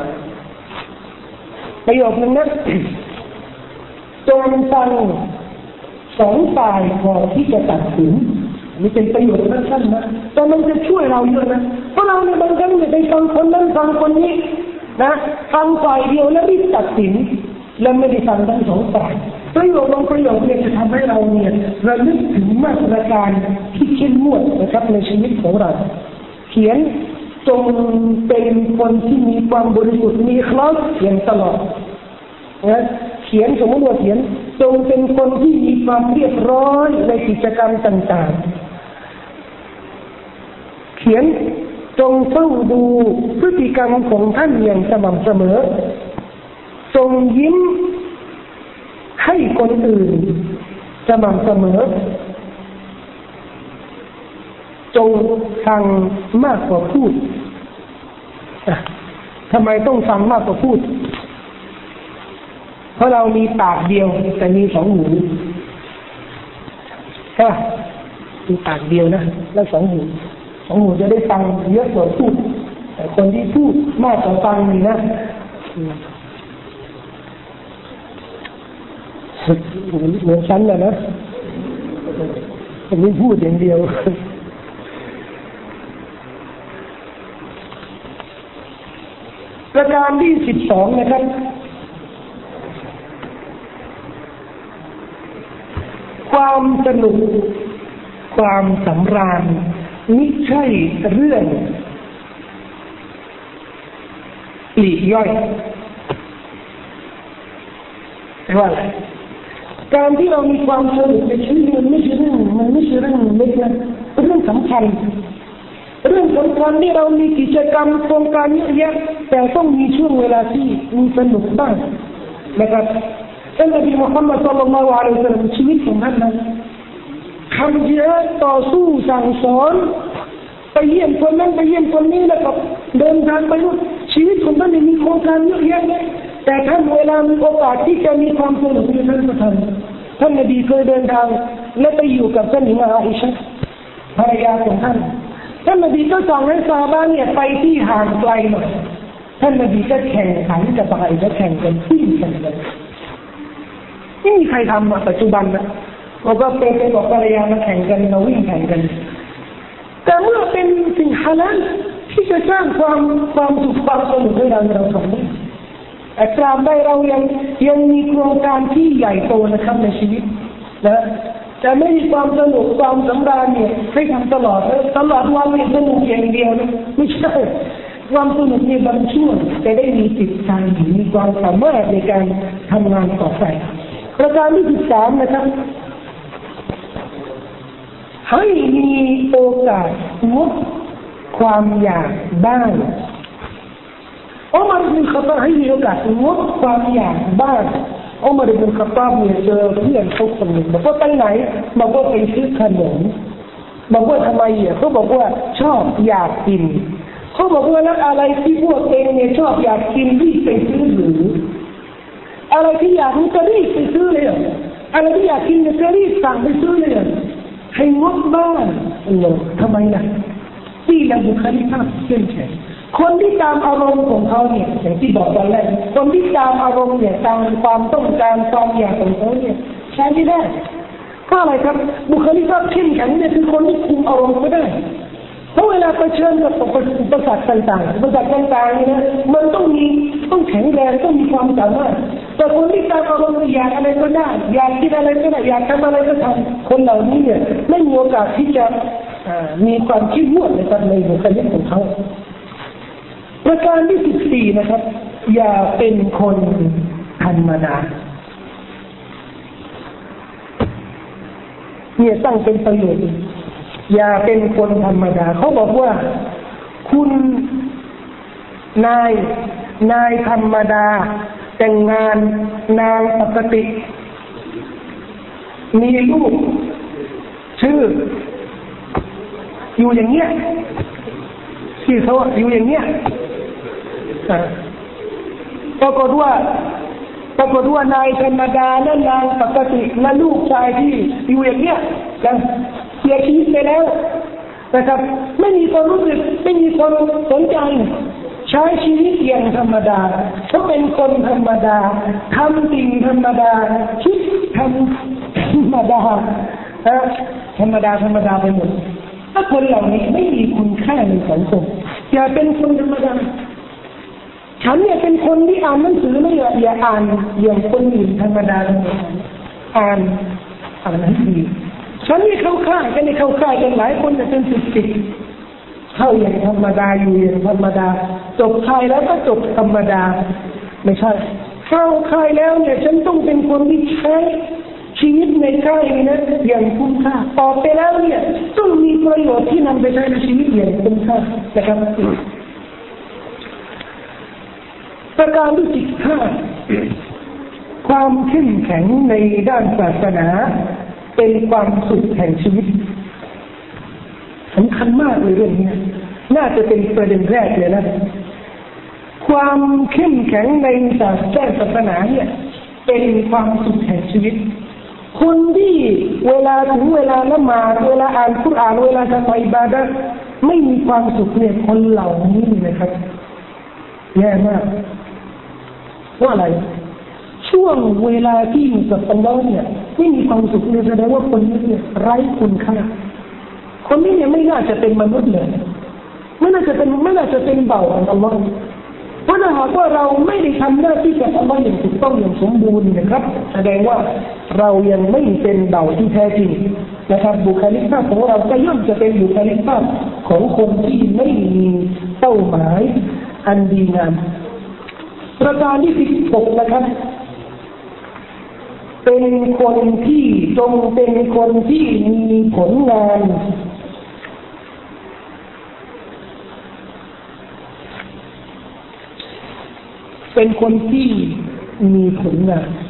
ประโยคนึงนะจงฟังสองฝ่ายก่อนที่จะตัดสินนี่เป็นประโยชน์สั้นๆนะแต่มันจะช่วยเราเยอะนะเพราะเราในบางครั้งเนี่ยไปฟังคนนั้นฟังคนนี้นะฟังฝ่ายเดียวแล้วรีบตัดสินแล้วไม่ได้ฟังทั้งสองฝ่ายประโยชน์บางประโยชน์เนี่ยจะทำให้เราเนี่ยระลึกถึงมาตรการที่เข้มงวดนะครับในชีวิตของเราเขียนจงเป็นคนที่มีความบริสุทธิ์มีคลาสอย่างตลอดนะเขียนสมมติว่าเขียนจงเป็นคนที่มีความเรียบร้อยในกิจกรรมต่างๆเขียนจงเฝ้าดูพฤติกรรมของท่านอย่างสม่ำเสมอจงยิ้มให้คนอื่นสม่ำเสมอจงฟังมากกว่าพูดทำไมต้องฟังมากกว่าพูดเพราะเรามีปากเดียวแต่มีสองหูใช่ป่ะมีปากเดียวนะแล้วสองหูจะได้ฟังเยอะกว่าพูดแต่คนที่พูดมากกว่าฟังนี่นะเหมือนฉันนะผมไม่พูดอย่างเดียวประการที่12นะครับความสนุกความสำราญไม่ใช่เรื่องปลีกย่อยแปลว่าอะไรการที่เรามีความสนุกในชีวิตมันไม่ใช่เรื่องเล็กนะเป็นเรื่องสำคัญที่เรามีกิจกรรมโครงการเยอะแยะแต่ต้องมีช่วงเวลาที่มีสนุกบ้างนะครับท่านนบีมุฮัมมัดศ็อลลัลลอฮุอะลัยฮิวะซัลลัมชีวิตของท่านนะทำจิฮาดต่อสู้สั่งสอนไปเยี่ยมคนนั้นไปเยี่ยมคนนี้แล้วก็เดินทางไปนู่นชีวิตของท่านมีโครงการเยอะแยะแต่ท่านเวลามีโอกาสที่จะมีความสนุกท่านก็ทำท่านนบีเคยเดินทางและไปอยู่กับท่านหญิงอาอิชะห์ภรรยาของท่านนบีก็สั่งให้ซอฮาบะห์เนี่ยไปที่ห่างไกลหน่อยท่านนบีก็แข่งขันกับใครก็แข่งกันวิ่งกันเลยไม่มีใครทำปัจจุบันนะเราก็ไปบอกภรรยามาแข่งกันเราวิ่งแข่งกันแต่เมื่อเป็นสิ่งฮาลาลที่จะสร้างความสุขความสนุกให้เราทำได้แต่ตราบใดเรายังมีโครงการที่ใหญ่โตนะครับในชีวิตนะจะไม่มีความสนุกความสำราญเนี่ยให้ทำตลอดวันไม่สนุกอย่างเดียวนะไม่ใช่ความสนุกในบางช่วงจะได้มีจิตใจมีความสามารถในการทำงานต่อไปประการที่13นะครับให้มีโอกาสงดความอยากบ้างอุมัร บิน ค็อฏฏอบให้มีโอกาสงดความอยากบ้างอุมัร บิน ค็อฏฏอบเนี่ยเจอเพื่อนเขาคนหนึ่งบอกว่าไปไหนบอกว่าไปซื้อขนมบอกว่าทำไมเขาบอกว่าชอบอยากกินเขาบอกว่าแล้วอะไรที่พวกเองเนี่ยชอบอยากกินรีบไปซื้อหรืออะไรที่อยากมันจะรีบไปซื้อเลยอะไรที่อยากกินจะรีบสั่งไปซื้อเลยให้งดบ้างทำไมล่ะที่เราบุคลิกภาพเข้มแข็งคนที่ตามอารมณ์ของเขาเนี่ยอย่างที่บอกตอนแรกคนที่ตามอารมณ์เนี่ยตามความต้องการความอยากของเขาเนี่ยใช้ไม่ได้เพราะอะไรครับบุคลิกภาพเข้มแข็งเนี่ยคือคนที่คุมอารมณ์ไม่ได้เพราะเวลาเผชิญกับอุปสรรคต่างๆอุปสรรคต่างๆเนี่ยมันต้องแข็งแรงต้องมีความสามารถแต่คนที่ตามอารมณ์อยากอะไรก็ได้อยากกินอะไรก็ได้อยากทำอะไรก็ทำคนเหล่านี้เนี่ยไม่มีโอกาสที่จะมีความเข้มงวดในบุคลิกของเขาประการที่14นะครับอย่าเป็นคนธรรมดาเนี่ยตั้งเป็นประโยชน์อย่าเป็นคนธรรมดาเขาบอกว่าคุณนายธรรมดาแต่งงานนางปกติมีลูกชื่ออยู่อย่างเงี้ยที่เขาอยู่อย่างเงี้ยปรากฏว่านายธรรมดาและนางปกติและลูกชายที่อยู่อย่างเงี้ยเสียชีวิตไปแล้วนะครับไม่มีความรู้สึกไม่มีความสนใจใช้ชีวิตอย่างธรรมดาเขาเป็นคนธรรมดาทำสิ่งธรรมดาคิดธรรมดาธรรมดาไปหมดถ้าคนเหล่านี้ไม่มีคุณค่าในสังคมอย่าเป็นคนธรรมดาฉันเนี่ยเป็นคนที่อ่านหนังสือไม่อย่าอ่านอย่างคนอื่นธรรมดาอ่านหนังสือฉันนี่เข้าค่ายกันหลายคนจะเป็นสิบเข้าอย่างธรรมดาอยู่อย่างธรรมดาจบค่ายแล้วก็จบธรรมดาไม่ใช่เข้าค่ายแล้วเนี่ยฉันต้องเป็นคนที่ใช้ชีวิตในค่ายนี้นะอย่างคุ้มค่าออกไปแล้วเนี่ยต้องมีประโยชน์ที่นำไปใช้ในชีวิตอย่างคุ้มค่านะครับประการที่15ความเข้มแข็งในด้านศาสนาเป็นความสุขแห่งชีวิตสำคัญมากเลยเรื่องนี้น่าจะเป็นประเด็นแรกเลยนะความเข้มแข็งในด้านศาสนาเนี่ยเป็นความสุขแห่งชีวิตคนที่เวลาถึงเวลาละหมาดเวลาอ่านกุรอานเวลาทำอิบาดะห์ไม่มีความสุขเนี่ยคนเหล่านี้นะครับแย่มากว่าอะไรช่วงเวลาที่อยู่กับอัลเลาะห์เนี่ยไม่มีความสุขเลยแสดงว่าคนนี้เนี่ยไร้คุณค่าคนนี้เนี่ยไม่น่าจะเป็นมนุษย์เลยไม่น่าจะเป็นเบาของอัลเลาะห์เพราะถ้าหากว่าเราไม่ได้ทำหน้าที่กับอัลเลาะห์อย่างถูกต้องอย่างสมบูรณ์นะครับแสดงว่าเรายังไม่เป็นเบาที่แท้จริงนะครับบุคลิกภาพของเราก็ย่อมจะเป็นบุคลิกภาพของคนที่ไม่มีเป้าหมายอันดีงามประการที่16นะครับเป็นคนที่มีผลงานเป็นคนที่มีผลงาน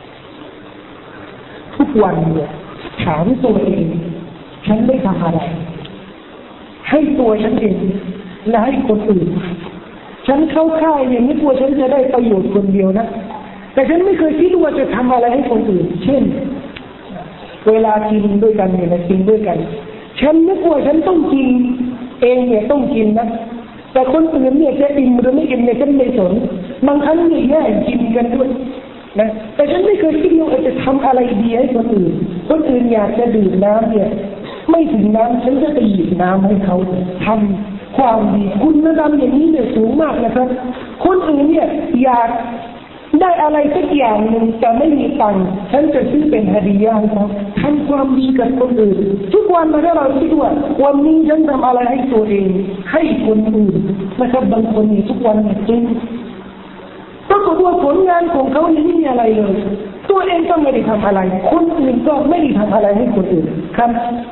ทุกวันเนี่ยถามตัวเองฉันได้ทำอะไรให้ตัวฉันเองและให้คนอื่นฉันเข้าค่ายเนี่ยไม่กลัวฉันจะได้ประโยชน์คนเดียวนะแต่ฉันไม่เคยคิดว่าจะทำอะไรให้คนอื่นเช่นเวลากินด้วยกันเนี่ยกินด้วยกันฉันไม่กลัวฉันต้องกินเองเนี่ยต้องกินนะแต่คนอื่นเนี่ยจะอิ่มหรือไม่อิ่มเนี่ยฉันไม่สนบางครั้งเนี่ยแย่งกินกันด้วยนะแต่ฉันไม่เคยคิดว่าจะทำอะไรดีให้คนอื่นอยากจะดื่มน้ำเนี่ยไม่ถึงน้ำฉันจะไปหยิบน้ำให้เขาทำความดีคุณธรรมอย่างนี้เนี่ยสูงมากนะครับคนอื่นเนี่ยอยากได้อะไรสักอย่างหนึ่งแต่ไม่มีตังค์ฉันจะซื้อเป็นฮะดียะให้เขาทำความดีกับคนอื่นทุกวันนะถ้าเราคิดว่าวันนี้ฉันทำอะไรให้ตัวเองให้คนอื่นนะครับบางคนนี่ทุกวันเนี่ยจริงปรากฏว่าผลงานของเขานี่ไม่มีอะไรเลยตัวเองก็ไม่ได้ทำอะไรคนอื่นก็ไม่ได้ทำอะไรให้คนอื่นครับ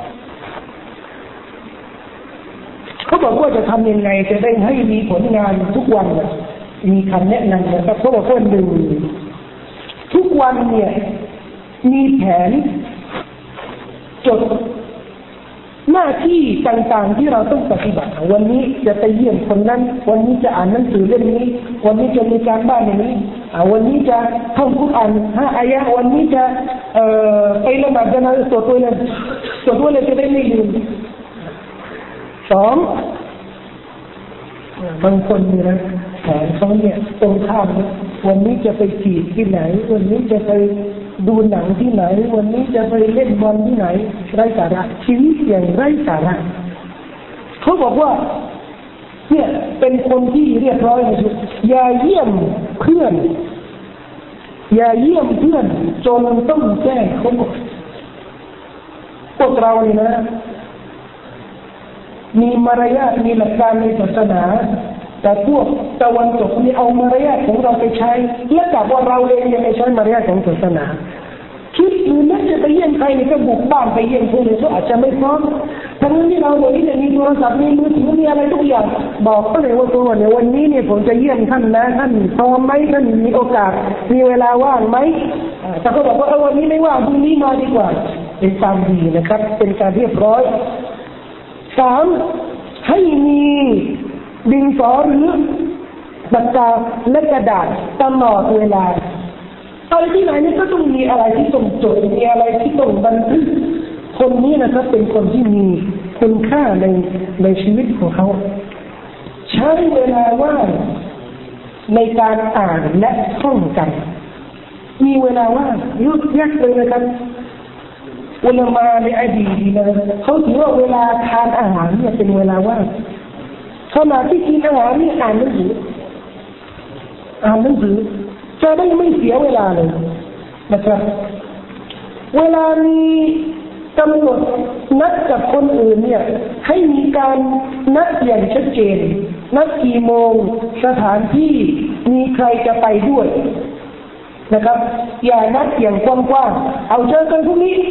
เขาบอกว่าจะทำยังไงจะได้ให้มีผลงานทุกวันมีคำแนะนำนะครับเขาบอกว่าหนึ่งทุกวันเนี่ยมีแผนจดหน้าที่ต่างๆที่เราต้องปฏิบัติวันนี้จะไปเยี่ยมคนนั้นวันนี้จะอ่านหนังสือเล่มนี้วันนี้จะมีการบ้านอย่างนี้วันนี้จะท่องกุรอาน5 อายะห์วันนี้จะไปละหมาดญะนาซะสวดด้วยเลยจะได้ไม่ลืม2บางคนนี่นะแผนเขาเนี่ยตรงข้ามวันนี้จะไปขี่ที่ไหนวันนี้จะไปดูหนังที่ไหนวันนี้จะไปเล่นบอลที่ไหนไร้สาระชีวิตอย่างไร้สาระเขาบอกว่าเนี่ยเป็นคนที่เรียบร้อยที่สุดอย่าเยี่ยมเพื่อนจนต้องแจ้งเขาหมดพวกเราเนี่ยนะมีมารยาทมีหลักการในศาสนาแต่พวกตะวันตกนี่เอามารยาทของเราไปใช้และกับว่าเราเองยังไม่ใช้มารยาทของศาสนาคิดหรือนึกจะไปเยี่ยมใครนี่ก็บุกบ้านไปเยี่ยมคนอื่นเขาอาจจะไม่พร้อมทั้งนั้นที่เราเดี๋ยวนี้มีโทรศัพท์มีมือถือมีอะไรทุกอย่างบอกเขาเลยว่าตัวเนี่ยวันนี้เนี่ยผมจะเยี่ยมท่านนะท่านพร้อมไหมท่านมีโอกาสมีเวลาว่างไหมถ้าเขาบอกว่าวันนี้ไม่ว่างพรุ่งนี้มาดีกว่าเป็นการดีนะครับเป็นการเรียบร้อย3ให้มีดินสอหรือปากกาและกระดาษตลอดเวลาอะไรที่ไหนนี่ก็ต้องมีอะไรที่ต้องจดมีอะไรที่ต้องบันทึกคนนี้นะครับเป็นคนที่มีคุณค่าในชีวิตของเขาใช้เวลาว่างในการอ่านและท่องจำมีเวลาว่างเยอะแยะเลยนะครับอุลามะในอดีตนะเขาถือว่าเวลาทานอาหารเนี่ยเป็นเวลาว่างขณะที่กินอาหารนี่อ่านหนังสือจะได้ไม่เสียเวลาเลยนะครับเวลามีกำหนดนัดกับคนอื่นเนี่ยให้มีการนัดอย่างชัดเจนนัดกี่โมงสถานที่มีใครจะไปด้วยนะครับอย่านัดอย่างกว้างๆเอาเจอกันพรุ่งนี้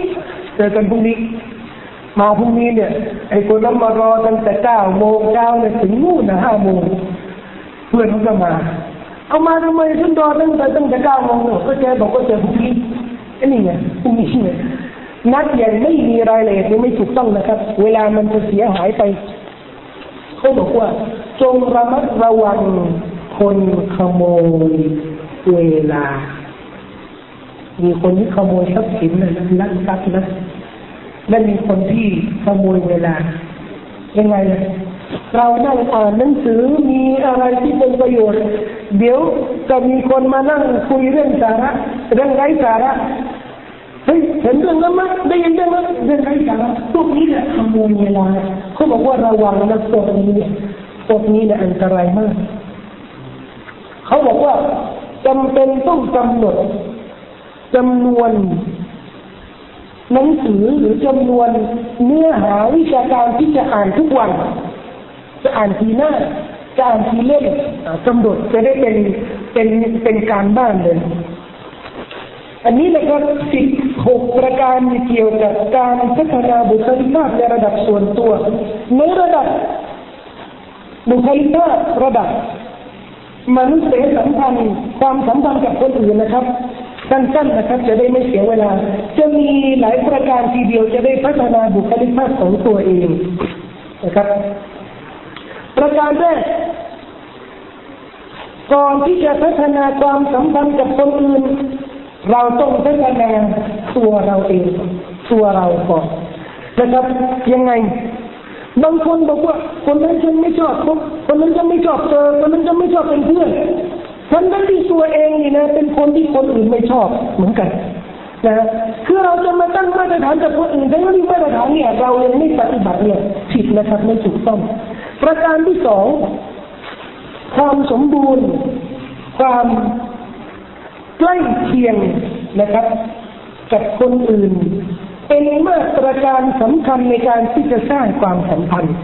มาพรุ่งนี้เนี่ยไอ้คนนั้นมารอตั้งแต่9 โมงเนี่ยถึงนู่นนะ5 โมงเพื่อนเขาจะมาเอามาทำไมฉันรอตั้งแต่9 โมงเนี่ยก็แกบอกว่าเจอพรุ่งนี้ไอ้นี่ไงพรุ่งนี้เนี่ยนัดอย่างไม่มีรายละเอียดไม่ถูกต้องนะครับเวลามันจะเสียหายไปเขาบอกว่าจงระมัดระวังคนขโมยเวลามีคนที่ขโมยทรัพย์สินนะลักทรัพย์นะและมีคนที่ขโมยเวลายังไงล่ะเรานั่งอ่านหนังสือมีอะไรที่เป็นประโยชน์เดี๋ยวจะมีคนมานั่งคุยเรื่องสาระเรื่องไร้สาระเฮ้ยเห็นเรื่องนั้นไหมได้ยินเรื่องนั้นเรื่องไร้สาระพวกนี้แหละขโมยเวลาเขาบอกว่าระวังนะพวกนี้เนี่ยอันตรายมากเขาบอกว่าจำเป็นต้องกำหนดจำนวนหนังสือหรือจำนวนเนื้อหาวิชาการที่จะอ่านทุกวันจะอ่านทีหน้าจะอ่านทีเล่มกำหนดจะได้เป็นการบ้านเลยอันนี้นะครับ16 ประการเกี่ยวกับการพัฒนาบุคลิกภาพในระดับส่วนตัวในระดับบุคลิกภาพระดับมนุษยสัมพันธ์ความสัมพันธ์กับคนอื่นนะครับสั้นๆนะครับจะได้ไม่เสียเวลาจะมีหลายประการทีเดียวจะได้พัฒนาบุคลิกภาพของตัวเองนะครับประการแรกก่อนที่จะพัฒนาความสัมพันธ์กับคนอื่นเราต้องพัฒนาตัวเราเองตัวเราก่อนนะครับยังไงบางคนบอกว่าคนนั้นฉันไม่ชอบคนนั้นฉันไม่ชอบเธอคนนั้นฉันไม่ชอบเป็นเพื่อนทั้งที่ตัวเองนี่นะเป็นคนที่คนอื่นไม่ชอบเหมือนกันนะคือเราจะมาตั้งมาตรฐานกับคนอื่นแต่ว่าที่มาตรฐานเนี่ยเรายังไม่ปฏิบัติเนี่ยผิดนะครับไม่ถูกต้องประการที่2ความสมบูรณ์ความใกล้เคียงนะครับกับคนอื่นเป็นมาตรการสำคัญในการที่จะสร้างความสัมพันธ์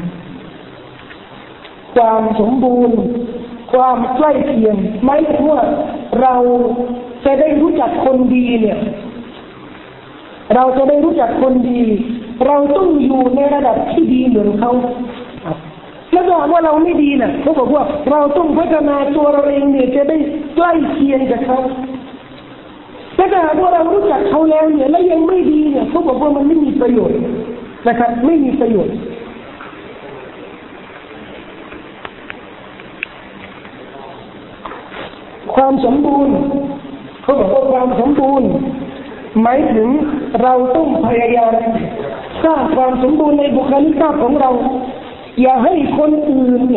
ความสมบูรณ์ความใกล้เคียงหมายถึงว่าเราจะได้รู้จักคนดีเนี่ยเราจะได้รู้จักคนดีเราต้องอยู่ในระดับที่ดีเหมือนเขาแล้วก็ว่าเราไม่ดีน่ะเขาบอกว่าเราต้องพัฒนาตัวเราเองเนี่ยจะได้ใกล้เคียงกับเขาแต่ถ้าว่าเรารู้จักเขาแล้วเนี่ยแล้วยังไม่ดีเนี่ยเขาบอกว่ามันไม่มีประโยชน์นะครับไม่มีประโยชน์ควาความสมบูรณ์เขาบอกว่าความสมบูรณ์หมายถึงเราต้องพยายามสร้างความสมบูรณ์ในบุคลิกภาพของเราอย่าให้คนอื่น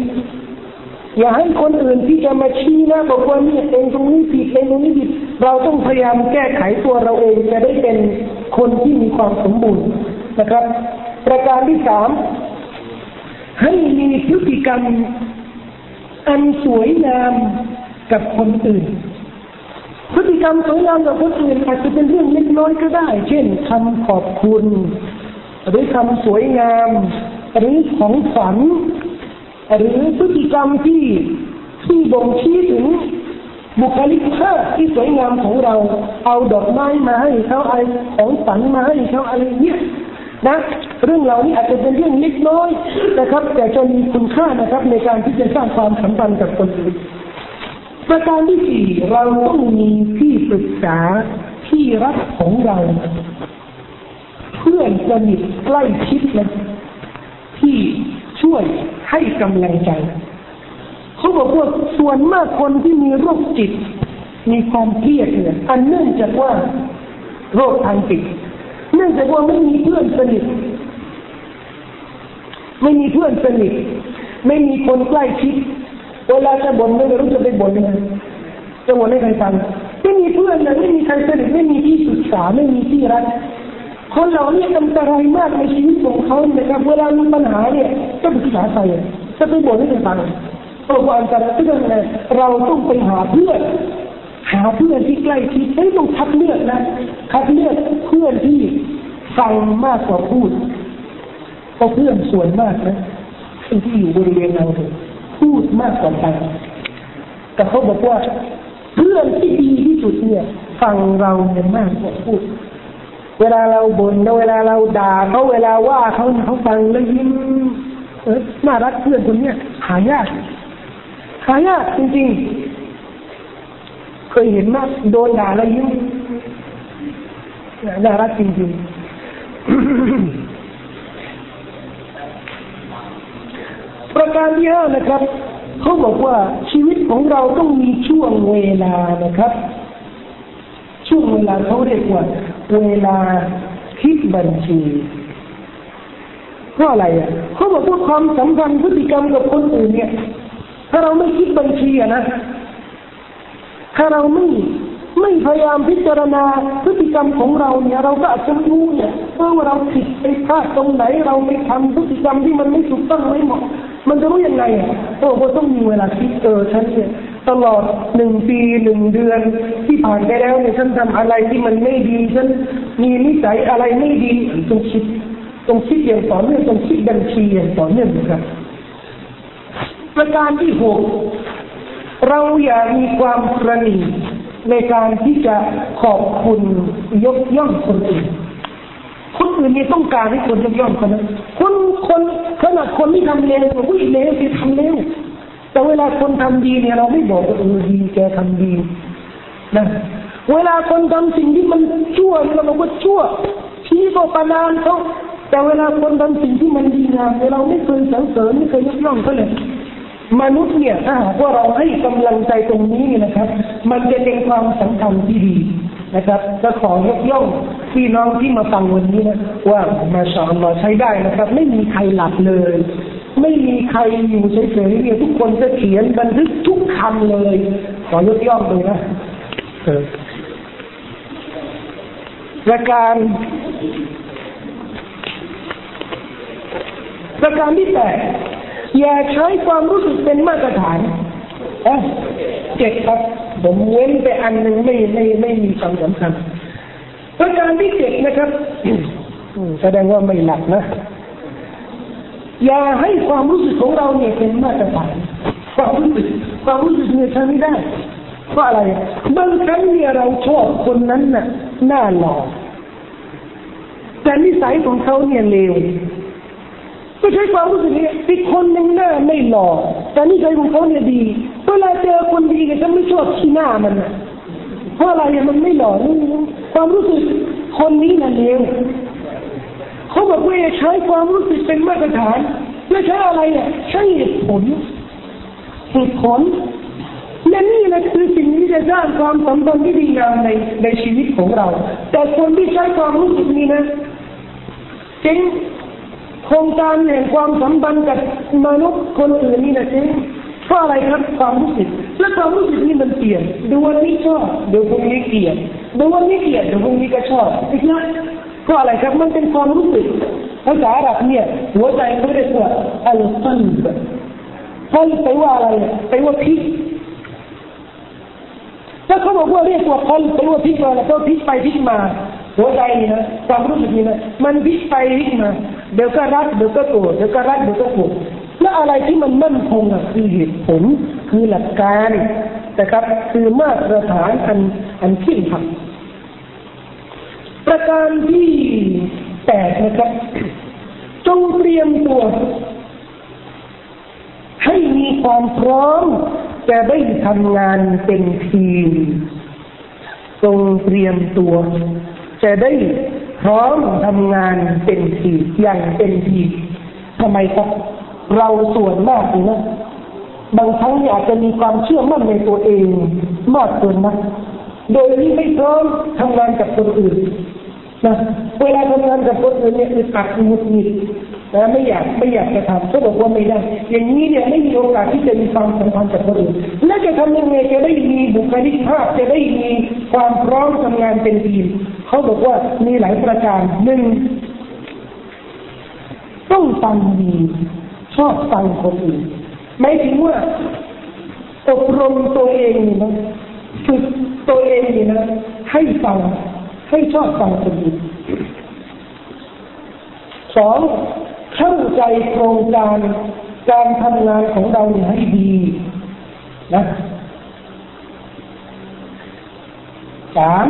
ที่จะมาชี้นะบอกว่าเนี่ยเองตรงนี้ผิดเองตรงนี้ผิดเราต้องพยายามแก้ไขตัวเราเองจะได้เป็นคนที่มีความสมบูรณ์นะครับประการที่สามให้มีพฤติกรรมอันสวยงามกับคนอื่นพฤติกรรมสวยงามกับคนอื่นอาจจะเป็นเรื่องเล็กน้อยก็ได้เช่นคำขอบคุณหรือคำสวยงามหรือของขวัญหรือพฤติกรรมที่บ่งชี้ถึงบุคลิกภาพที่สวยงามของเราเอาดอกไม้มาให้เขาเอาของขวัญมาให้เขาอะไรเนี่ยนะเรื่องเหล่านี้อาจจะเป็นเรื่องเล็กน้อยนะครับแต่จะมีคุณค่านะครับในการที่จะสร้างความสัมพันธ์กับคนอื่นประการที่สี่เราต้องมีที่ปรึกษาที่รักของเราเพื่อนสนิทใกล้ชิดนะที่ช่วยให้กำลังใจเขาบอกว่าส่วนมากคนที่มีโรคจิตมีความเครียดเนี่ยอันเนื่องจากว่าโรคทางจิตเนื่องจากว่าไม่มีเพื่อนสนิทไม่มีคนใกล้ชิดเวลาจะบ่นไม่รู้จะไปบ่นยังไงจะบ่นให้ใครฟังไม่มีเพื่อนเลยไม่มีใครสนิทไม่มีที่ศึกษาไม่มีที่รักคนเหล่านี้อันตรายมากในชีวิตของเขานะครับเวลามีปัญหาเนี่ยจะปรึกษาใครจะไปบ่นให้ใครฟังเพราะว่าอันตรายที่นั่นไงเราต้องไปหาเพื่อนที่ใกล้ชิดไม่ต้องคัดเลือกนะคัดเลือกเพื่อนที่ฟังมากกว่าพูดเพราะเพื่อนส่วนมากนะที่อยู่บริเวณเราพูดมากกว่าฟังแต่เขาบอกว่าเพื่อนที่ดีที่สุดเนี่ยฟังเราเนี่ยมากกว่าพูดเวลาเราบ่นเวลาเราด่าเขาเวลาว่าเขาฟังแล้วยิ้มน่ารักเพื่อนคนเนี้ยหายากจริงๆเคยเห็นมากโดนด่าแล้วยิ้มน่ารักจริงๆประการที่ห้านะครับเขาบอกว่าชีวิตของเราต้องมีช่วงเวลานะครับช่วงเวลาเขาเรียกว่าเวลาคิดบัญชีเพราะอะไรเขาบอกว่าความสัมพันธ์พฤติกรรมกับคนอื่นเนี่ยถ้าเราไม่คิดบัญชีนะถ้าเราไม่พยายามพิจารณาพฤติกรรมของเราเนี่ยเราก็อาจจะรู้เนี่ยว่าเราผิดไปพลาดตรงไหนเราไปทำพฤติกรรมที่มันไม่ถูกต้องไม่เหมาะมันจะรู้ยังไงก็ต้องมีเวลาคิดฉันเนี่ยตลอด1 ปี1 เดือนที่ผ่านไปแล้วเนี่ยฉันทำอะไรที่มันไม่ดีฉันมีนิสัยอะไรไม่ดีต้องคิดอย่างต่อเนื่องต้องคิดบัญชีอย่างต่อเนื่องนะครับประการที่6เราอย่ามีความประณีตในการที่จะขอบคุณยกย่องคนอื่นนี่ต้องการให้คนยกย่องเขานะคนขนาดคนที่ทำเลวบอกว่าเลวที่ทำเลวแต่เวลาคนทำดีเนี่ยเราไม่บอกว่าดีแกทำดีนะเวลาคนทำสิ่งที่มันชั่วเราบอกว่าชั่วชี้ก็ประนามเขาแต่เวลาคนทำสิ่งที่มันดีงามเราไม่เคยสรรเสริญไม่เคยยกย่องเขาเลยมนุษย์เนี่ยถ้าหากว่าเราให้กำลังใจตรงนี้นะครับมันจะเป็นความสัมพันธ์ที่ดีนะครับก็ขอยกย่องพี่น้องที่มาฟังวันนี้นะว่ามาชาอัลลอฮ์ใช้ได้นะครับไม่มีใครหลับเลยไม่มีใครอยู่เฉยๆเนี่ยทุกคนจะเขียนบันทึกทุกคำเลยขอยกย่องเลยนะประการที่8อย่าใช้ความรู้สึกเป็นมาตรฐาน7ครับผมเว้นไปอันหนึ่งไม่มีความสำคัญประการที่7นะครับแสดงว่าไม่หลักนะอย่าให้ความรู้สึกของเราเนี่ยเป็นมาตรฐานความรู้สึกเนี่ยใช้ไม่ได้เพราะอะไรบางครั้งเนี่ยเราชอบคนนั้นน่ะหน้าหล่อแต่นิสัยของเขาเนี่ยเลวก็ใช้ความรู้สึกนี้อีกคนหนึ่งหน้าไม่หล่อแต่นิสัยของเขาเนี่ยดีเวลาเจอคนดีก็จะไม่ชอบขี้หน้ามันนะเพราะอะไรมันไม่หล่อนี่ความรู้สึกคนนี้น่ะเลวเขาบอกว่าใช้ความรู้สึกเป็นมาตรฐานไม่ใช่อะไรใช้เหตุผลและนี่แหละคือสิ่งที่จะสร้างความสัมพันธ์ที่ดีงามในชีวิตของเราแต่คนที่ใช้ความรู้สึกนี้นะจริงโครงการแห่งความสัมพันธ์กับมนุษย์คนอื่นนี่นะจริงเพราะอะไรครับความรู้สึกและความรู้สึกนี้มันเปลี่ยนเดี๋ยววันนี้ชอบเดี๋ยวพรุ่งนี้เกลียดเดี๋ยววันนี้เกลียดเดี๋ยวพรุ่งนี้ก็ชอบอีกนะเพราะอะไรครับมันเป็นความรู้สึกภาษาอาหรับเนี่ยหัวใจเขาเรียกว่าอัลกัลบกัลบแปลว่าอะไรแปลว่าพิษถ้าเขาบอกว่าเรียกว่ากัลบแปลว่าพิษอะไรก็พิษไปพิษมาหัวใจนี่นะความรู้สึกนี่นะมันพิษไปพิษมาเดี๋ยวก็รักเดี๋ยวก็โกรธเดี๋ยวก็รักเดี๋ยวก็โกรธและอะไรที่มันมั่นคงคือเหตุผลคือหลักการนะครับคือมาตรฐานอันเข้มแข็งประการที่8นะครับจงเตรียมตัวให้มีความพร้อมจะได้ทำงานเป็นทีมจงเตรียมตัวจะได้พร้อมทำงานเป็นทีมอย่างเป็นทีมทำไมครับเราส่วนมากนะบางครั้งอยากจะมีความเชื่อมั่นในตัวเองมากเกินนักโดยที่ไม่พร้อมทำงานกับคนอื่นนะเวลาทำงานกับคนอื่นเนี่ยอึดอัดหงุดหงิดนะไม่อยากจะทำเขาบอกว่าไม่ได้อย่างนี้เนี่ยไม่มีโอกาสที่จะมีความสัมพันธ์กับคนอื่นและจะทำยังไงจะได้มีบุคลิกภาพจะได้มีความพร้อมทำงานเป็นทีมเขาบอกว่ามีหลายประการหนึ่งต้องฟังดีชอบฟังคนอื่นไม่ถึงว่าอบรมตัวเองนี่นะฝึกตัวเองนี่นะให้ฟังให้ชอบฟังคนอื่นสองเข้าใจโครงการทำงานของเราเนี่ยให้ดีนะสาม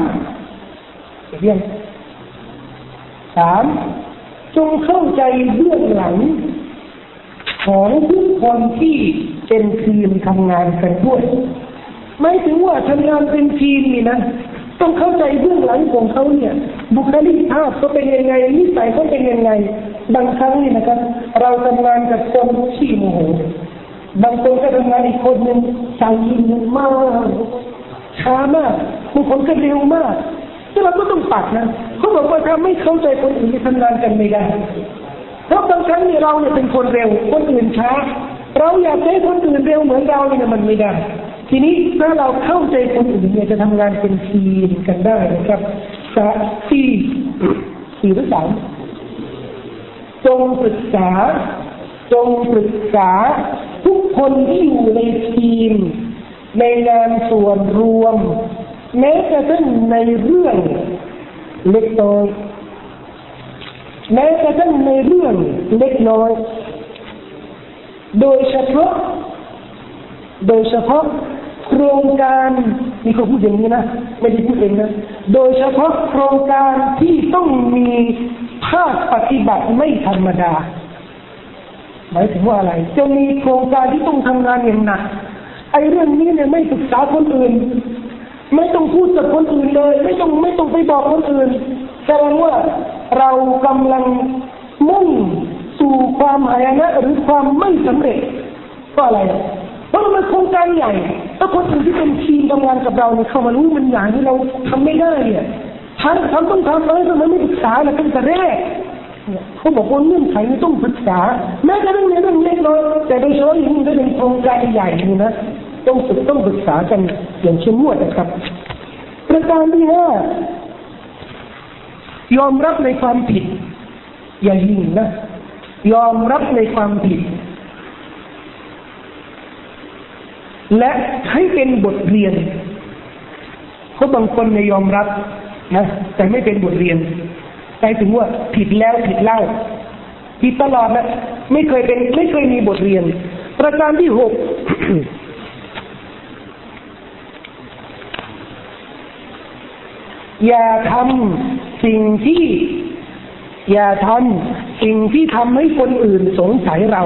จงเข้าใจเบื้องหลังของทุกคนที่เป็นทีมทำงานกันด้วยไม่ถึงว่าทำงานเป็นทีมนี่นะต้องเข้าใจเบื้องหลังของเขาเนี่ยบุคลิกภาพเขาเป็นยังไงนิสัยเขาเป็นยังไงบางครั้งนี่นะครับเราทำงานกับคนที่โมโหบางคนก็ทำงานอีกคนหนึ่งใจเย็นมากช้ามากบางคนก็เร็วมากที่เราก็ต้องปัดนะเขาบอกว่าถ้าไม่เข้าใจคนอื่นทำงานกันไม่ได้เพราะบางครั้งนี่เราเนี่ยเป็นคนเร็วคนอื่นช้าเราอยากให้คนอื่นเร็วเหมือนเราเนี่ยมันไม่ได้ทีนี้ถ้าเราเข้าใจคนอื่นเนี่ยจะทำงานเป็นทีมกันได้นะครับ4 หรือ 3จงปรึกษาทุกคนที่อยู่ในทีมในงานส่วนรวมแม้กระทั่งในเรื่องเล็กน้อยโดยเฉพาะโครงการนี่เขาพูดอย่างนี้นะไม่ได้พูดเองนะโดยเฉพาะโครงการที่ต้องมีภาคปฏิบัติไม่ธรรมดาหมายถึงว่าอะไรจะมีโครงการที่ต้องทำงานอย่างหนักไอ้เรื่องนี้เนี่ยไม่ปรึกษาคนอื่นไม่ต้องพูดกับคนอื่นเลยไม่ต้องไปบอกคนอื่นแสดงว่าเรากำลังมุ่งสู่ความหายนะหรือความไม่สำเร็จเพราะอะไรเพราะมันโครงการใหญ่ถ้าคนอื่นที่เป็นทีมทำงานกับเราเนี่ยเข้ามารู้มันอย่างที่เราทำไม่ได้เนี่ยทำต้องทำเลยทำไมไม่ปรึกษาล่ะตั้งแต่แรกเขาบอกว่าเงื่อนไขไม่ต้องปรึกษาแม้กระทั่งในเรื่องเล็กน้อยแต่โดยเฉพาะอย่างนี้ถ้าเป็นโครงการใหญ่นี่นะต้องปรึกษากันอย่างเข้มงวดนะครับประการที่5ยอมรับในความผิดอย่ายิงนะยอมรับในความผิดและให้เป็นบทเรียนเพราะบางคนเนี่ยยอมรับนะแต่ไม่เป็นบทเรียนหมายถึงว่าผิดแล้วผิดเล่าผิดตลอดนะไม่เคยมีบทเรียนประการที่6อย่าทำสิ่งที่ทำให้คนอื่นสงสัยเรา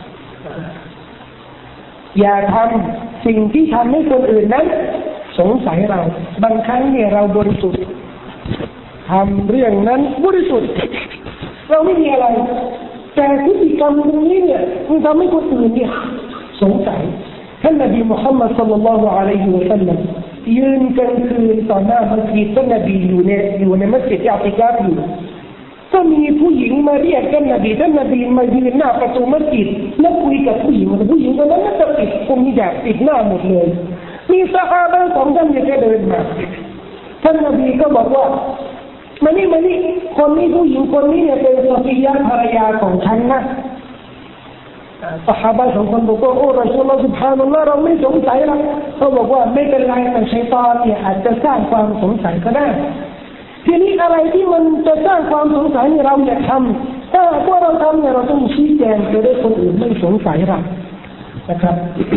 อย่าทำสิ่งที่ทำให้คนอื่นนั้นสงสัยเราบางครั้งเนี่ยเราบริสุทธิ์ทำเรื่องนั้นบริสุทธิ์เราไม่มีอะไรแต่พฤติกรรมตรงนี้เนี่ยมันทำให้คนอื่นเนี่ยสงสัยท่านนบีมุฮัมมัดศ็อลลัลลอฮุอะลัยฮิวะซัลลัมยืนกลางคืนต่อหน้ามัสยิดท่านนบีอยู่ในมัสยิดอิอติกาฟอยู่ก็มีผู้หญิงมาเรียกท่านนบีมายืนหน้าประตูมัสยิดแล้วคุยกับผู้หญิงคนนั้นน่าจะปิดคุมฮิญาบปิดหน้าหมดเลยมีซอฮาบะห์ของท่านเนี่ยเดินมาท่านนบีก็บอกว่ามานี่คนนี้ผู้หญิงคนนี้เนี่ยเป็นซอฟียะห์ภรรยาของฉันนะซอฮาบะห์สองคนบอกว่าโอ้รอซูลุลลอฮ์ซุบฮานัลลอฮ์เราไม่สงสัยหรอกเขาบอกว่าไม่เป็นไรแต่ชัยฏอนเนี่ยอาจจะสร้างความสงสัยก็ได้ทีนี้อะไรที่มันจะสร้างความสงสัยเนี่ยเราอย่าทำถ้าพวกเราทำเนี่ยเราต้องชี้แจงจะได้คนอื่นไม่สงสัยเรานะครับ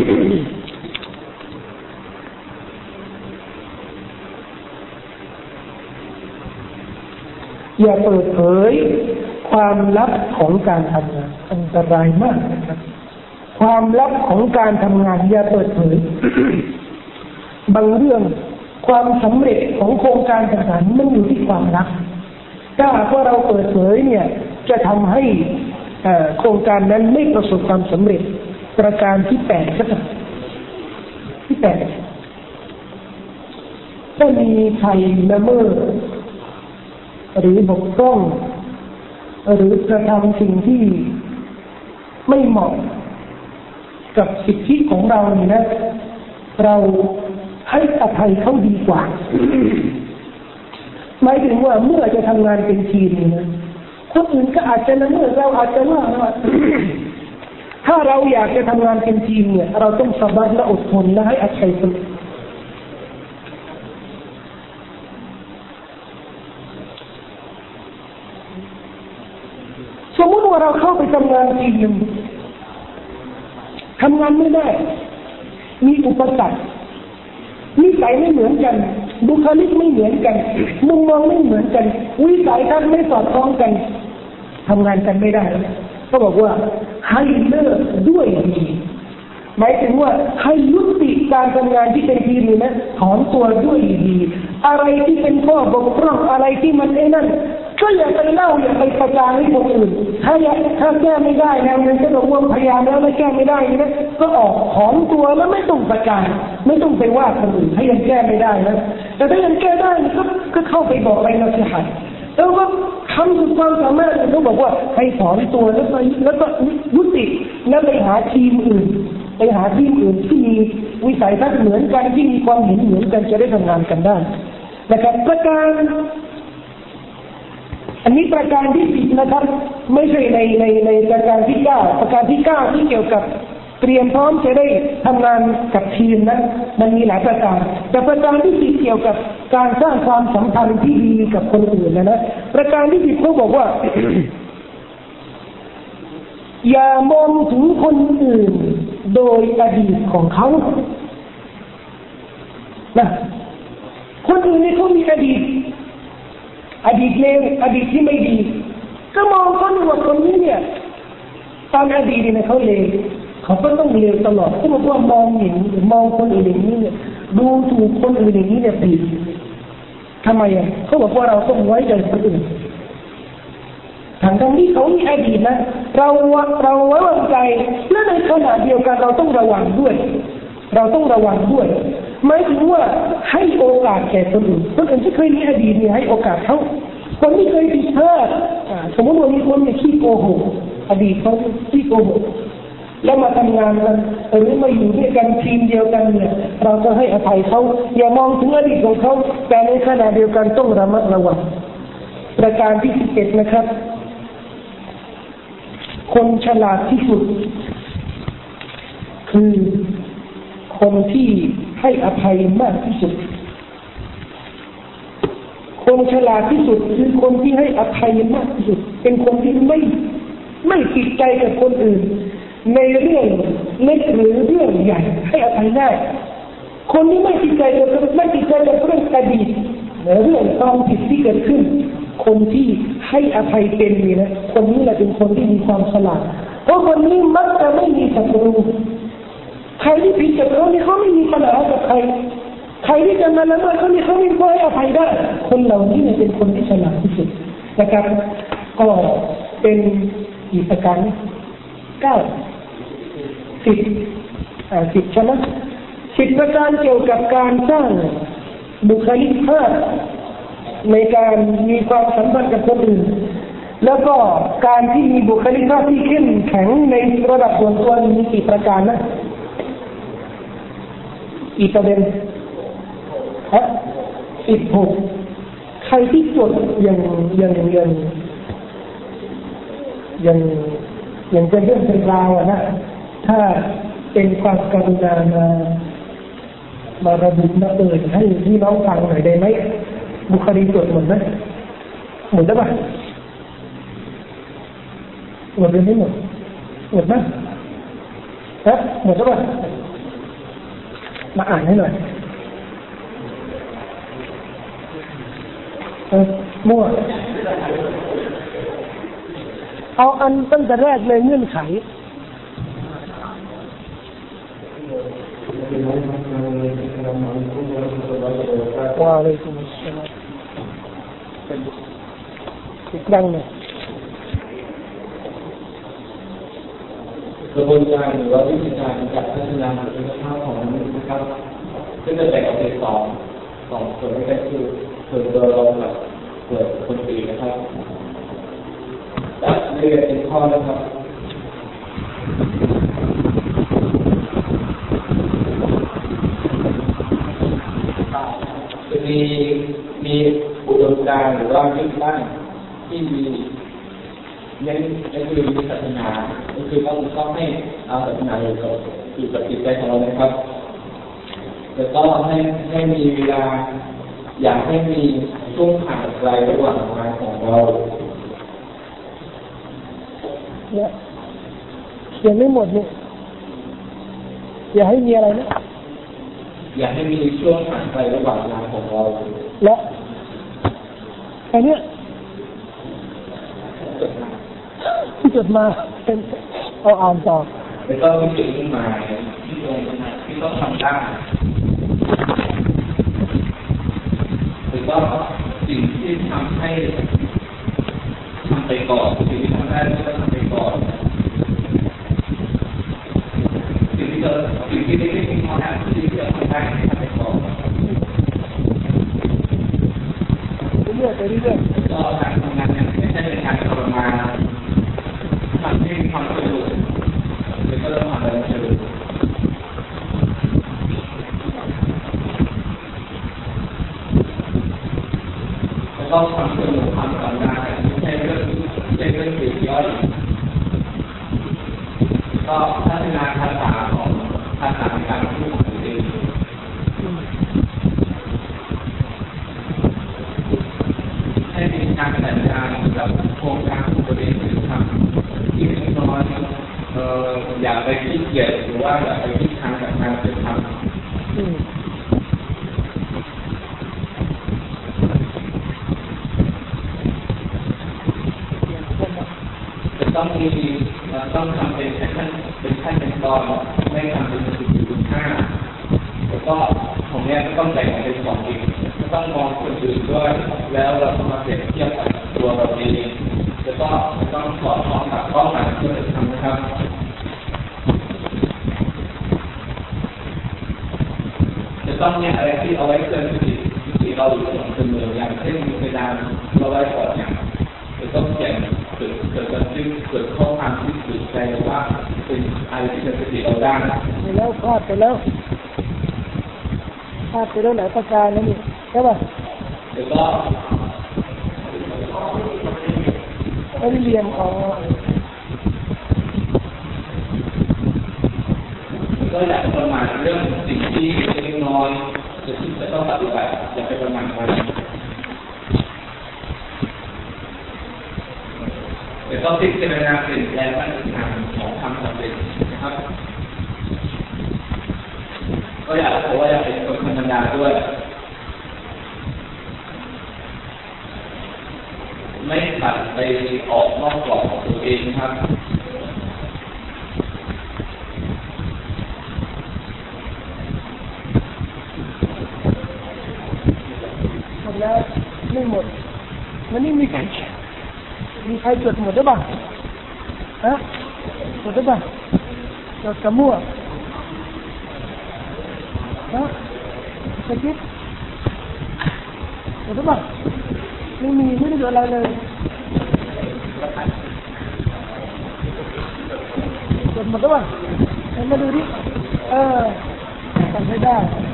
อย่าเปิดเผยความลับของการทำงานอันตรายมากนะครับความลับของการทำงานอย่าเปิดเผย บางเรื่องความสำเร็จของโครงการต่างๆมันอยู่ที่ความลับถ้าหากว่าเราเปิดเผยเนี่ยจะทำให้โครงการนั้นไม่ประสบความสำเร็จประการที่8ครับที่8ถ้ามีใครละเมิดหรือบกพร่องหรือกระทำสิ่งที่ไม่เหมาะกับสิทธิของเราเนี่ยนะเราให้อภัยเขาดีกว่า หมายถึงว่าเมื่อจะทำงานเป็นทีมนะคนอื่นก็อาจจะละเมิดเราอาจจะว่า ถ้าเราอยากจะทำงานเป็นทีมเนี่ยเราต้องสบายและอดทนและให้อภัยคนสมมติว่าเราเข้าไปทำงานทีมทำงานไม่ได้มีอุปสรรคนิสัยไม่เหมือนกันบุคลิกไม่เหมือนกันมุมมองไม่เหมือนกันวิสัยทัศน์ไม่สอดคล้องกันทำงานกันไม่ได้เขาบอกว่าให้เลิกด้วยดีหมายถึงว่าให้ยุติการทำงานที่เป็นทีมนี้นะถอนตัวด้วยดีอะไรที่เป็นข้อบกพร่องอะไรที่มันนั่นก็อย่าไปเล่าอย่าไปประจานให้คนอื่นถ้าแก้ไม่ได้นะมันก็ต้องว่าพยายามแล้วแก้ไม่ได้นะก็ออกถอนตัวแล้วไม่ต้องประจานไม่ต้องไปว่าคนอื่นถ้ายังแก้ไม่ได้นะแต่ถ้ายังแก้ได้ก็เข้าไปบอกไปนะสิฮัดแล้วก็ทำสุดความสามารถเขาบอกว่าให้ถอนตัวแล้วก็ยุติแล้วไปหาทีมอื่นที่มีวิสัยทัศน์เหมือนกันที่มีความเห็นเหมือนกันจะได้ทำงานกันได้นะครับประการอันนี้ประการที่10นะครับไม่ใช่ในประการที่9ประการที่9ที่เกี่ยวกับเตรียมพร้อมจะได้ทำงานกับทีมนะมันมีหลายประการแต่ประการที่10เกี่ยวกับการสร้างความสัมพันธ์ที่ดีกับคนอื่นนะประการที่10เขาบอกว่า อย่ามองถึงคนอื่นโดยอดีตของเขานะคนอื่นนี่เขามีอดีตเลวอดีตที่ไม่ดีก็มองคนว่าคนนี้เนี่ยตามอดีตเนี่ยเขาเลวเขาก็ต้องเลวตลอดเขาบอกว่ามองคนอื่นอย่างนี้เนี่ยดูถูกคนอื่นอย่างนี้เนี่ยผิดทำไมอ่ะเขาบอกว่าเราต้องไว้ใจคนอื่นทั้งที่เขามีอดีตนะเราไว้วางใจและในขณะเดียวกันเราต้องระวังด้วยหมายถึงว่าให้โอกาสแก่คนอื่นที่เคยมีอดีตเนี่ยให้โอกาสเขาคนที่เคยผิดพลาดสมมติว่ามีคนเนี่ยขี้โกหกอดีตเขาขี้โกหกแล้วมาทำงานกันหรือมาอยู่ด้วยกันทีมเดียวกันเนี่ยเราก็ให้อภัยเขาอย่ามองถึงอดีตของเขาแต่ในขณะเดียวกันต้องระมัดระวังประการที่11นะครับคนฉลาดที่สุดคือคนที่ให้อภัยมากที่สุดคนฉลาดที่สุดคือคนที่ให้อภัยมากที่สุดเป็นคนที่ไม่ติดใจกับคนอื่นในเรื่องเล็กหรือเรื่องใหญ่ให้อภัยได้คนที่ไม่ติดใจกับเรื่องอดีตเรื่องความผิดที่เกิดขึ้นคนที่ให้อภัยเป็นนี่นะคนนี้แหละเป็นคนที่มีความฉลาดเพราะคนนี้มักจะไม่มีศัตรูใครที่ผิดกับเขาเนี่ยเขาไม่มีปัญหากับใครที่จะมาละเมิดเขาเนี่ยเขาไม่ให้อภัยได้คนเหล่านี้เนี่ยเป็นคนที่ฉลาดที่สุดนะครับก็เป็นอีกประการ9 10 10ใช่ไหม10ประการเกี่ยวกับการสร้างบุคลิกภาพในการมีความสัมพันธ์กับคนอื่นแล้วก็การที่มีบุคลิกภาพที่เข้มแข็งในระดับส่วนตัวมีกี่ประการนะอีกประเด็น16ใครที่จดยังเป็นเรื่องเป็นราวนะถ้าเป็นความกรุณามาระบุมาให้พี่น้องฟังหน่อยได้ไหมบุคลิกจดหมดไหมหมดได้ปะหมดหรือไม่หมดหมดไหมหมดได้ปะมาอ่านให้หน่อยมั่วเอาอันตั้งแต่แรกเลยเงื่อนไขว่าเลยคุณใช่ไหมอีกครั้งหนึ่งกระบวนการหรือว่าวิธีการจัดพัฒนาคุณภาพของมนุษย์นะครับซึ่งจะแบ่งออกเป็นสองส่วนด้วยกันคือส่วนตัวเรากับส่วนคนอื่นนะครับและเรียนเป็นข้อนะครับจะมีอุดมการณ์หรือว่ายึดมั่นที่มีเน้นคือมีศาสนาคือต้องให้เอาศาสนาอยู่กับจิตใจของเรานะครับแล้วก็ให้มีเวลาอยากให้มีช่วงห่างไกลระหว่างงานของเราเนี่ยยังไม่หมดนี่อย่าให้มีอะไรนะอยากให้มีช่วงห่างไกลระหว่างงานของเราและไอ้เนี่ยที่จดมาเป็นเอาอ่านต่อแล้วก็มีสิ่งที่มาที่ต้องทำได้หรือว่าสิ่งที่ทำให้ทำไปก่อนสิ่งที่ทำได้ก็ทำไปก่อนสิ่งที่ไม่มีความน่าที่จะทำได้ทำไปก่อนเรื่อยๆก็การทำงานเนี่ยไม่ใช่เป็นการทรมานทำให้ความสนุกแล้วก็ทำอะไรสนุกแล้วก็ความสนุกความสำคัญไม่ใช่เรื่องปลีกย่อยก็พัฒนาภาษาของภาษาการพูดของตัวเองให้มีการจัดการกับโครงการของตัวเองที่ทำที่เป็นน้อยอย่าไปขี้เกียจหรือว่าอย่าไปขี้ทางกับการจะทำจะต้องทำเป็นขั้นเป็นตอนไม่ทำเป็น10-15แล้วก็ของนี้ก็ต้องแบ่งเป็น2อีกต้องมองคนอื่นด้วยแล้วเราต้องมาเปรียบเทียบกับตัวเราเองแล้วก็ต้องสอดคล้องกับเป้าหมายที่เราทำนะครับจะต้องมีอะไรที่เอาไว้เตือนสติที่เราอยู่เสมออย่างเช่นมีเวลาเราไว้ก่อนอย่างจะต้องเขียนเกิดข้อความที่สื่อใจว่าเป็นอะไรที่จะสติเราได้ไปแล้วพลาดไปแล้วหลายประการแล้วนี่ใช่ป่ะแล้วก็เรียนก็อยากประมาณเรื่องสิ่งที่เล็กน้อยจะที่จะต้องปฏิบัติอย่าไปประมาณมันแต่ต้องพิจารณาเปลี่ยนแปลงมาตรฐานของความสำเร็จนะครับก็อยากบอกว่าอยากเป็นคนธรรมดาด้วยไม่ตัดไปออกนอกกรอบของตัวเองครับหมดแล้วไม่หมดมันนี่มีใครจดหมดหรือเปล่าหมดหรือเปล่าจดกระมั่วนะจะคิดเห็นหรือเปล่าไม่ได้เหลืออะไรเลยจนหมดแล้วป่ะมาดูดิทำให้ได้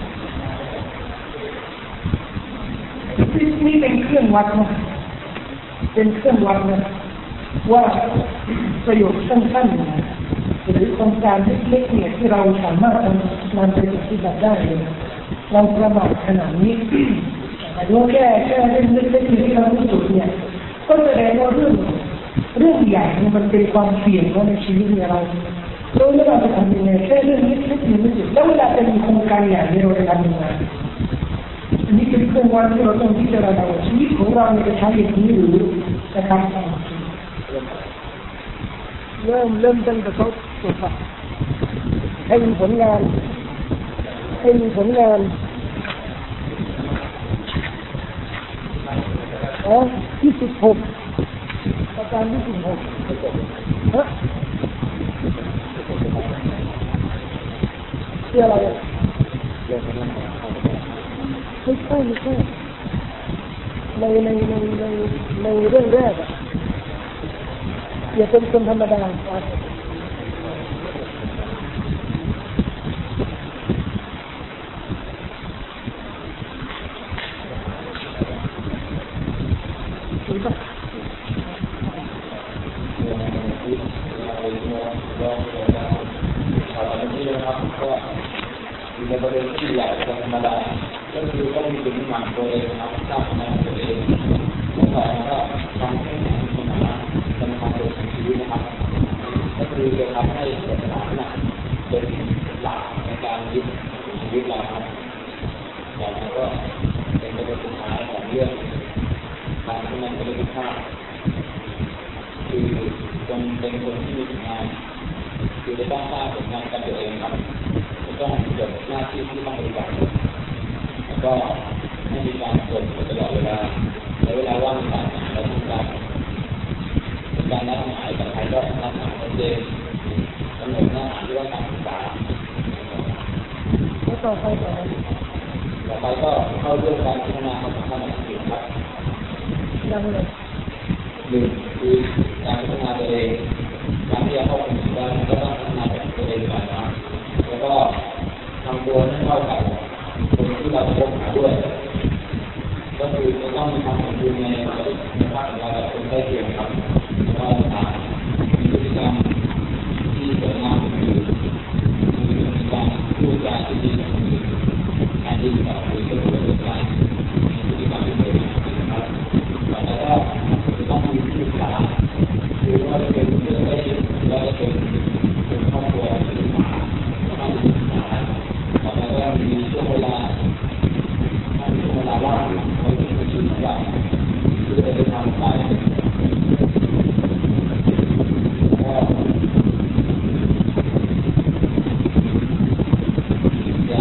นี่เป็นเครื่องวัดนะเป็นเครื่องวัดนะว่าประโยชน์สั้นๆหรือโครงการเล็กๆเนี่ยที่เราสามารถนำไปปฏิบัติได้เราประมาทขนาดนี้แต่ดูแค่เรื่องเล็กๆที่เรารู้สึกเนี่ยก็แสดงว่าเรื่องใหญ่มันเป็นความเสี่ยงในชีวิตเราโดยเราจะทำยังไงแค่เรื่องเล็กๆนี่ไม่ถึงแล้วเวลาเป็นโครงการใหญ่เราจะทำยังไงอันนี้เป็นเครื่องวัดที่เราต้องพิจารณาว่าชีวิตของเราจะใช้อย่างนี้หรือจะทำอย่างไรเริ่มตั้งแต่เขาสุดให้มีผลงานที่16ประการที่16ที่อะไรไม่ใช่ในเรื่องแรกอย่าเป็นคนธรรมดาในประเด็นที่ใหญ่ธรรมดาก็คือต้องมีเป็นหมันตัวเองนะครับสร้างในตัวเองแล้วก็ทำให้แข็งสมานเป็นความเป็นชีวิตนะครับก็คือจะทำให้ศาสนาเป็นหลักในการยึดชีวิตเราครับอย่างนั้นก็เป็นประเด็นสุดท้ายของเรื่องการที่มันเป็นคุณค่าคือคนเป็นคนที่มีผลงานคือจะต้องสร้างผลงานกับตัวเองครับต้องจบหน้าที่ที่ต้องปฏิบัติแล้วก็ไม่มีการเปิดตลอดเวลาในเวลาว่างการเราทำการนัดหมายกับใครก็นัดหมายชัดเจนกำหนดหน้าที่ว่าการศึกษาแล้วต่อไปก็เข้าเรื่องการพัฒนาความสามารถของตัวเองครับยังไง 1คือการพัฒนาตัวเองการที่จะเข้าถึงได้ก็ต้องพัฒนาตัวเองก่อนนะครับแล้วก็ทำตัวให้เข้ากับคนที่เราพบหาด้วยก็คือจะต้องมีความสมดุลในภาพของเรากับคนใกล้เคียงครับแล้วก็มีพฤติกรรมที่สวยงามมีการพูดจาที่ดีการที่ต่อคุยกับคนอื่นได้มีพฤติกรรมที่ดีนะครับแล้วก็ต้องมีที่ปรึกษาหรือว่าจะเป็นเรื่องได้หรือว่าจะเป็นครอบครัวที่ดีแล้วก็มีช่วงเวลาว่างในชีวิตของเราที่จะทำไปก็จะ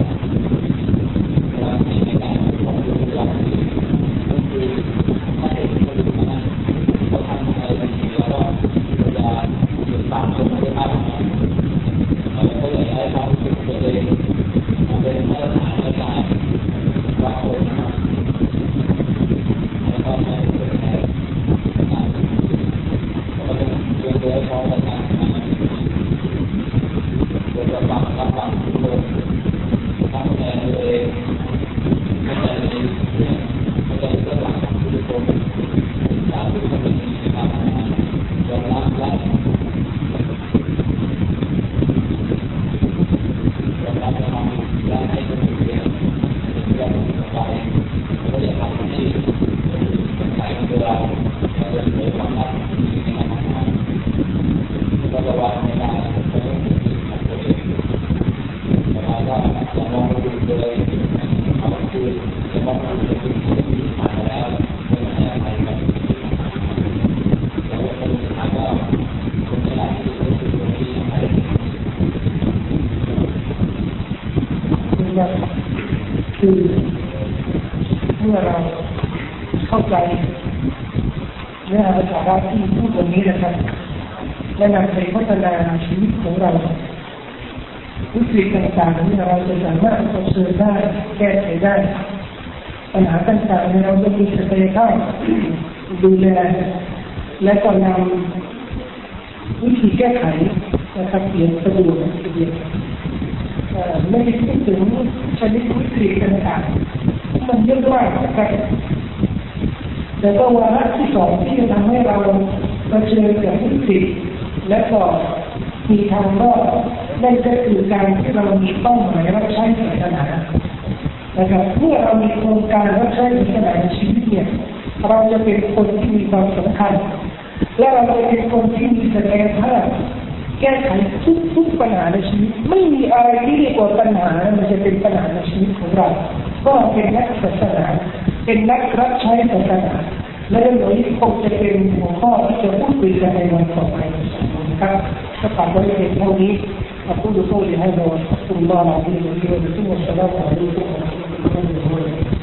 วางแผนในการของตัวเราก็คือถ้าเห็นคนอื่นนั้นเขาทำอะไรบางทีเราก็จะติดตามคนที่ทำเราก็เลยให้ความรู้สึกตัวเองเป็นมาตรฐานในการวางคนนะครับแล้วก็ไม่เป็นแค่การก็เป็นเรื่องโดยเฉพาะการโดยรับฟังทุกคนทั้งในตัวเองไม่ใช่ในเรื่องไม่ใช่เรื่องหลักของทุกคนการทุกคนมีการทำงานยอมรับและและให้คนอื่นเรียนเราไปก็จะทำให้ใส่ตัวเราเปิดเผยความลับในการทำงานก็ระวังในการใช้ของตัวเองแล้วก็จะมองดูตัวเองเอาคือจะมองดูตัวเองที่ผ่านมาแล้วไม่ให้อะไรกันแล้วคนสุดท้ายก็คนฉลาดที่สุดคือคนที่ให้คือเมื่อเราเข้าใจเนื้อหาสาระที่พูดตรงนี้นะครับและนำไปพัฒนาชีวิตของเราวิกฤตต่างๆที่เราจะสามารถเผชิญได้แก้ไขได้ปัญหาต่างๆเราจะมีศักยภาพดูแลและก็นำวิธีแก้ไขนะครับเปลี่ยนสะดวกเปลี่ยนไม่ได้พูดถึงชนิดวิกฤตต่างๆมันเยอะมากนะครับแต่ก็วาระที่สองที่จะทำให้เราเผชิญกับวิกฤตและก็มีทางรอดนั่นก็คือการที่เรามีเป้าหมายรับใช้ศาสนานะครับเมื่อเรามีโครงการรับใช้ศาสนาในชีวิตเนี่ยเราจะเป็นคนที่มีความสำคัญและเราจะเป็นคนที่มีศักยภาพแก้ไขทุกปัญหาในชีวิตไม่มีอะไรที่ดีกว่าปัญหามันจะเป็นปัญหาในชีวิตของเราก็เป็นนักศาสนาเป็นนักรับใช้ศาสนาและเรื่องนี้คงจะเป็นหัวข้อที่จะพูดคุยกันในวันต่อไปนะครับก็ฝากไว้ในเท่านี้أقول قولي هذا وأستغفر الله العظيم لي ولكم والسلام عليكم ورحمة الله وبركاته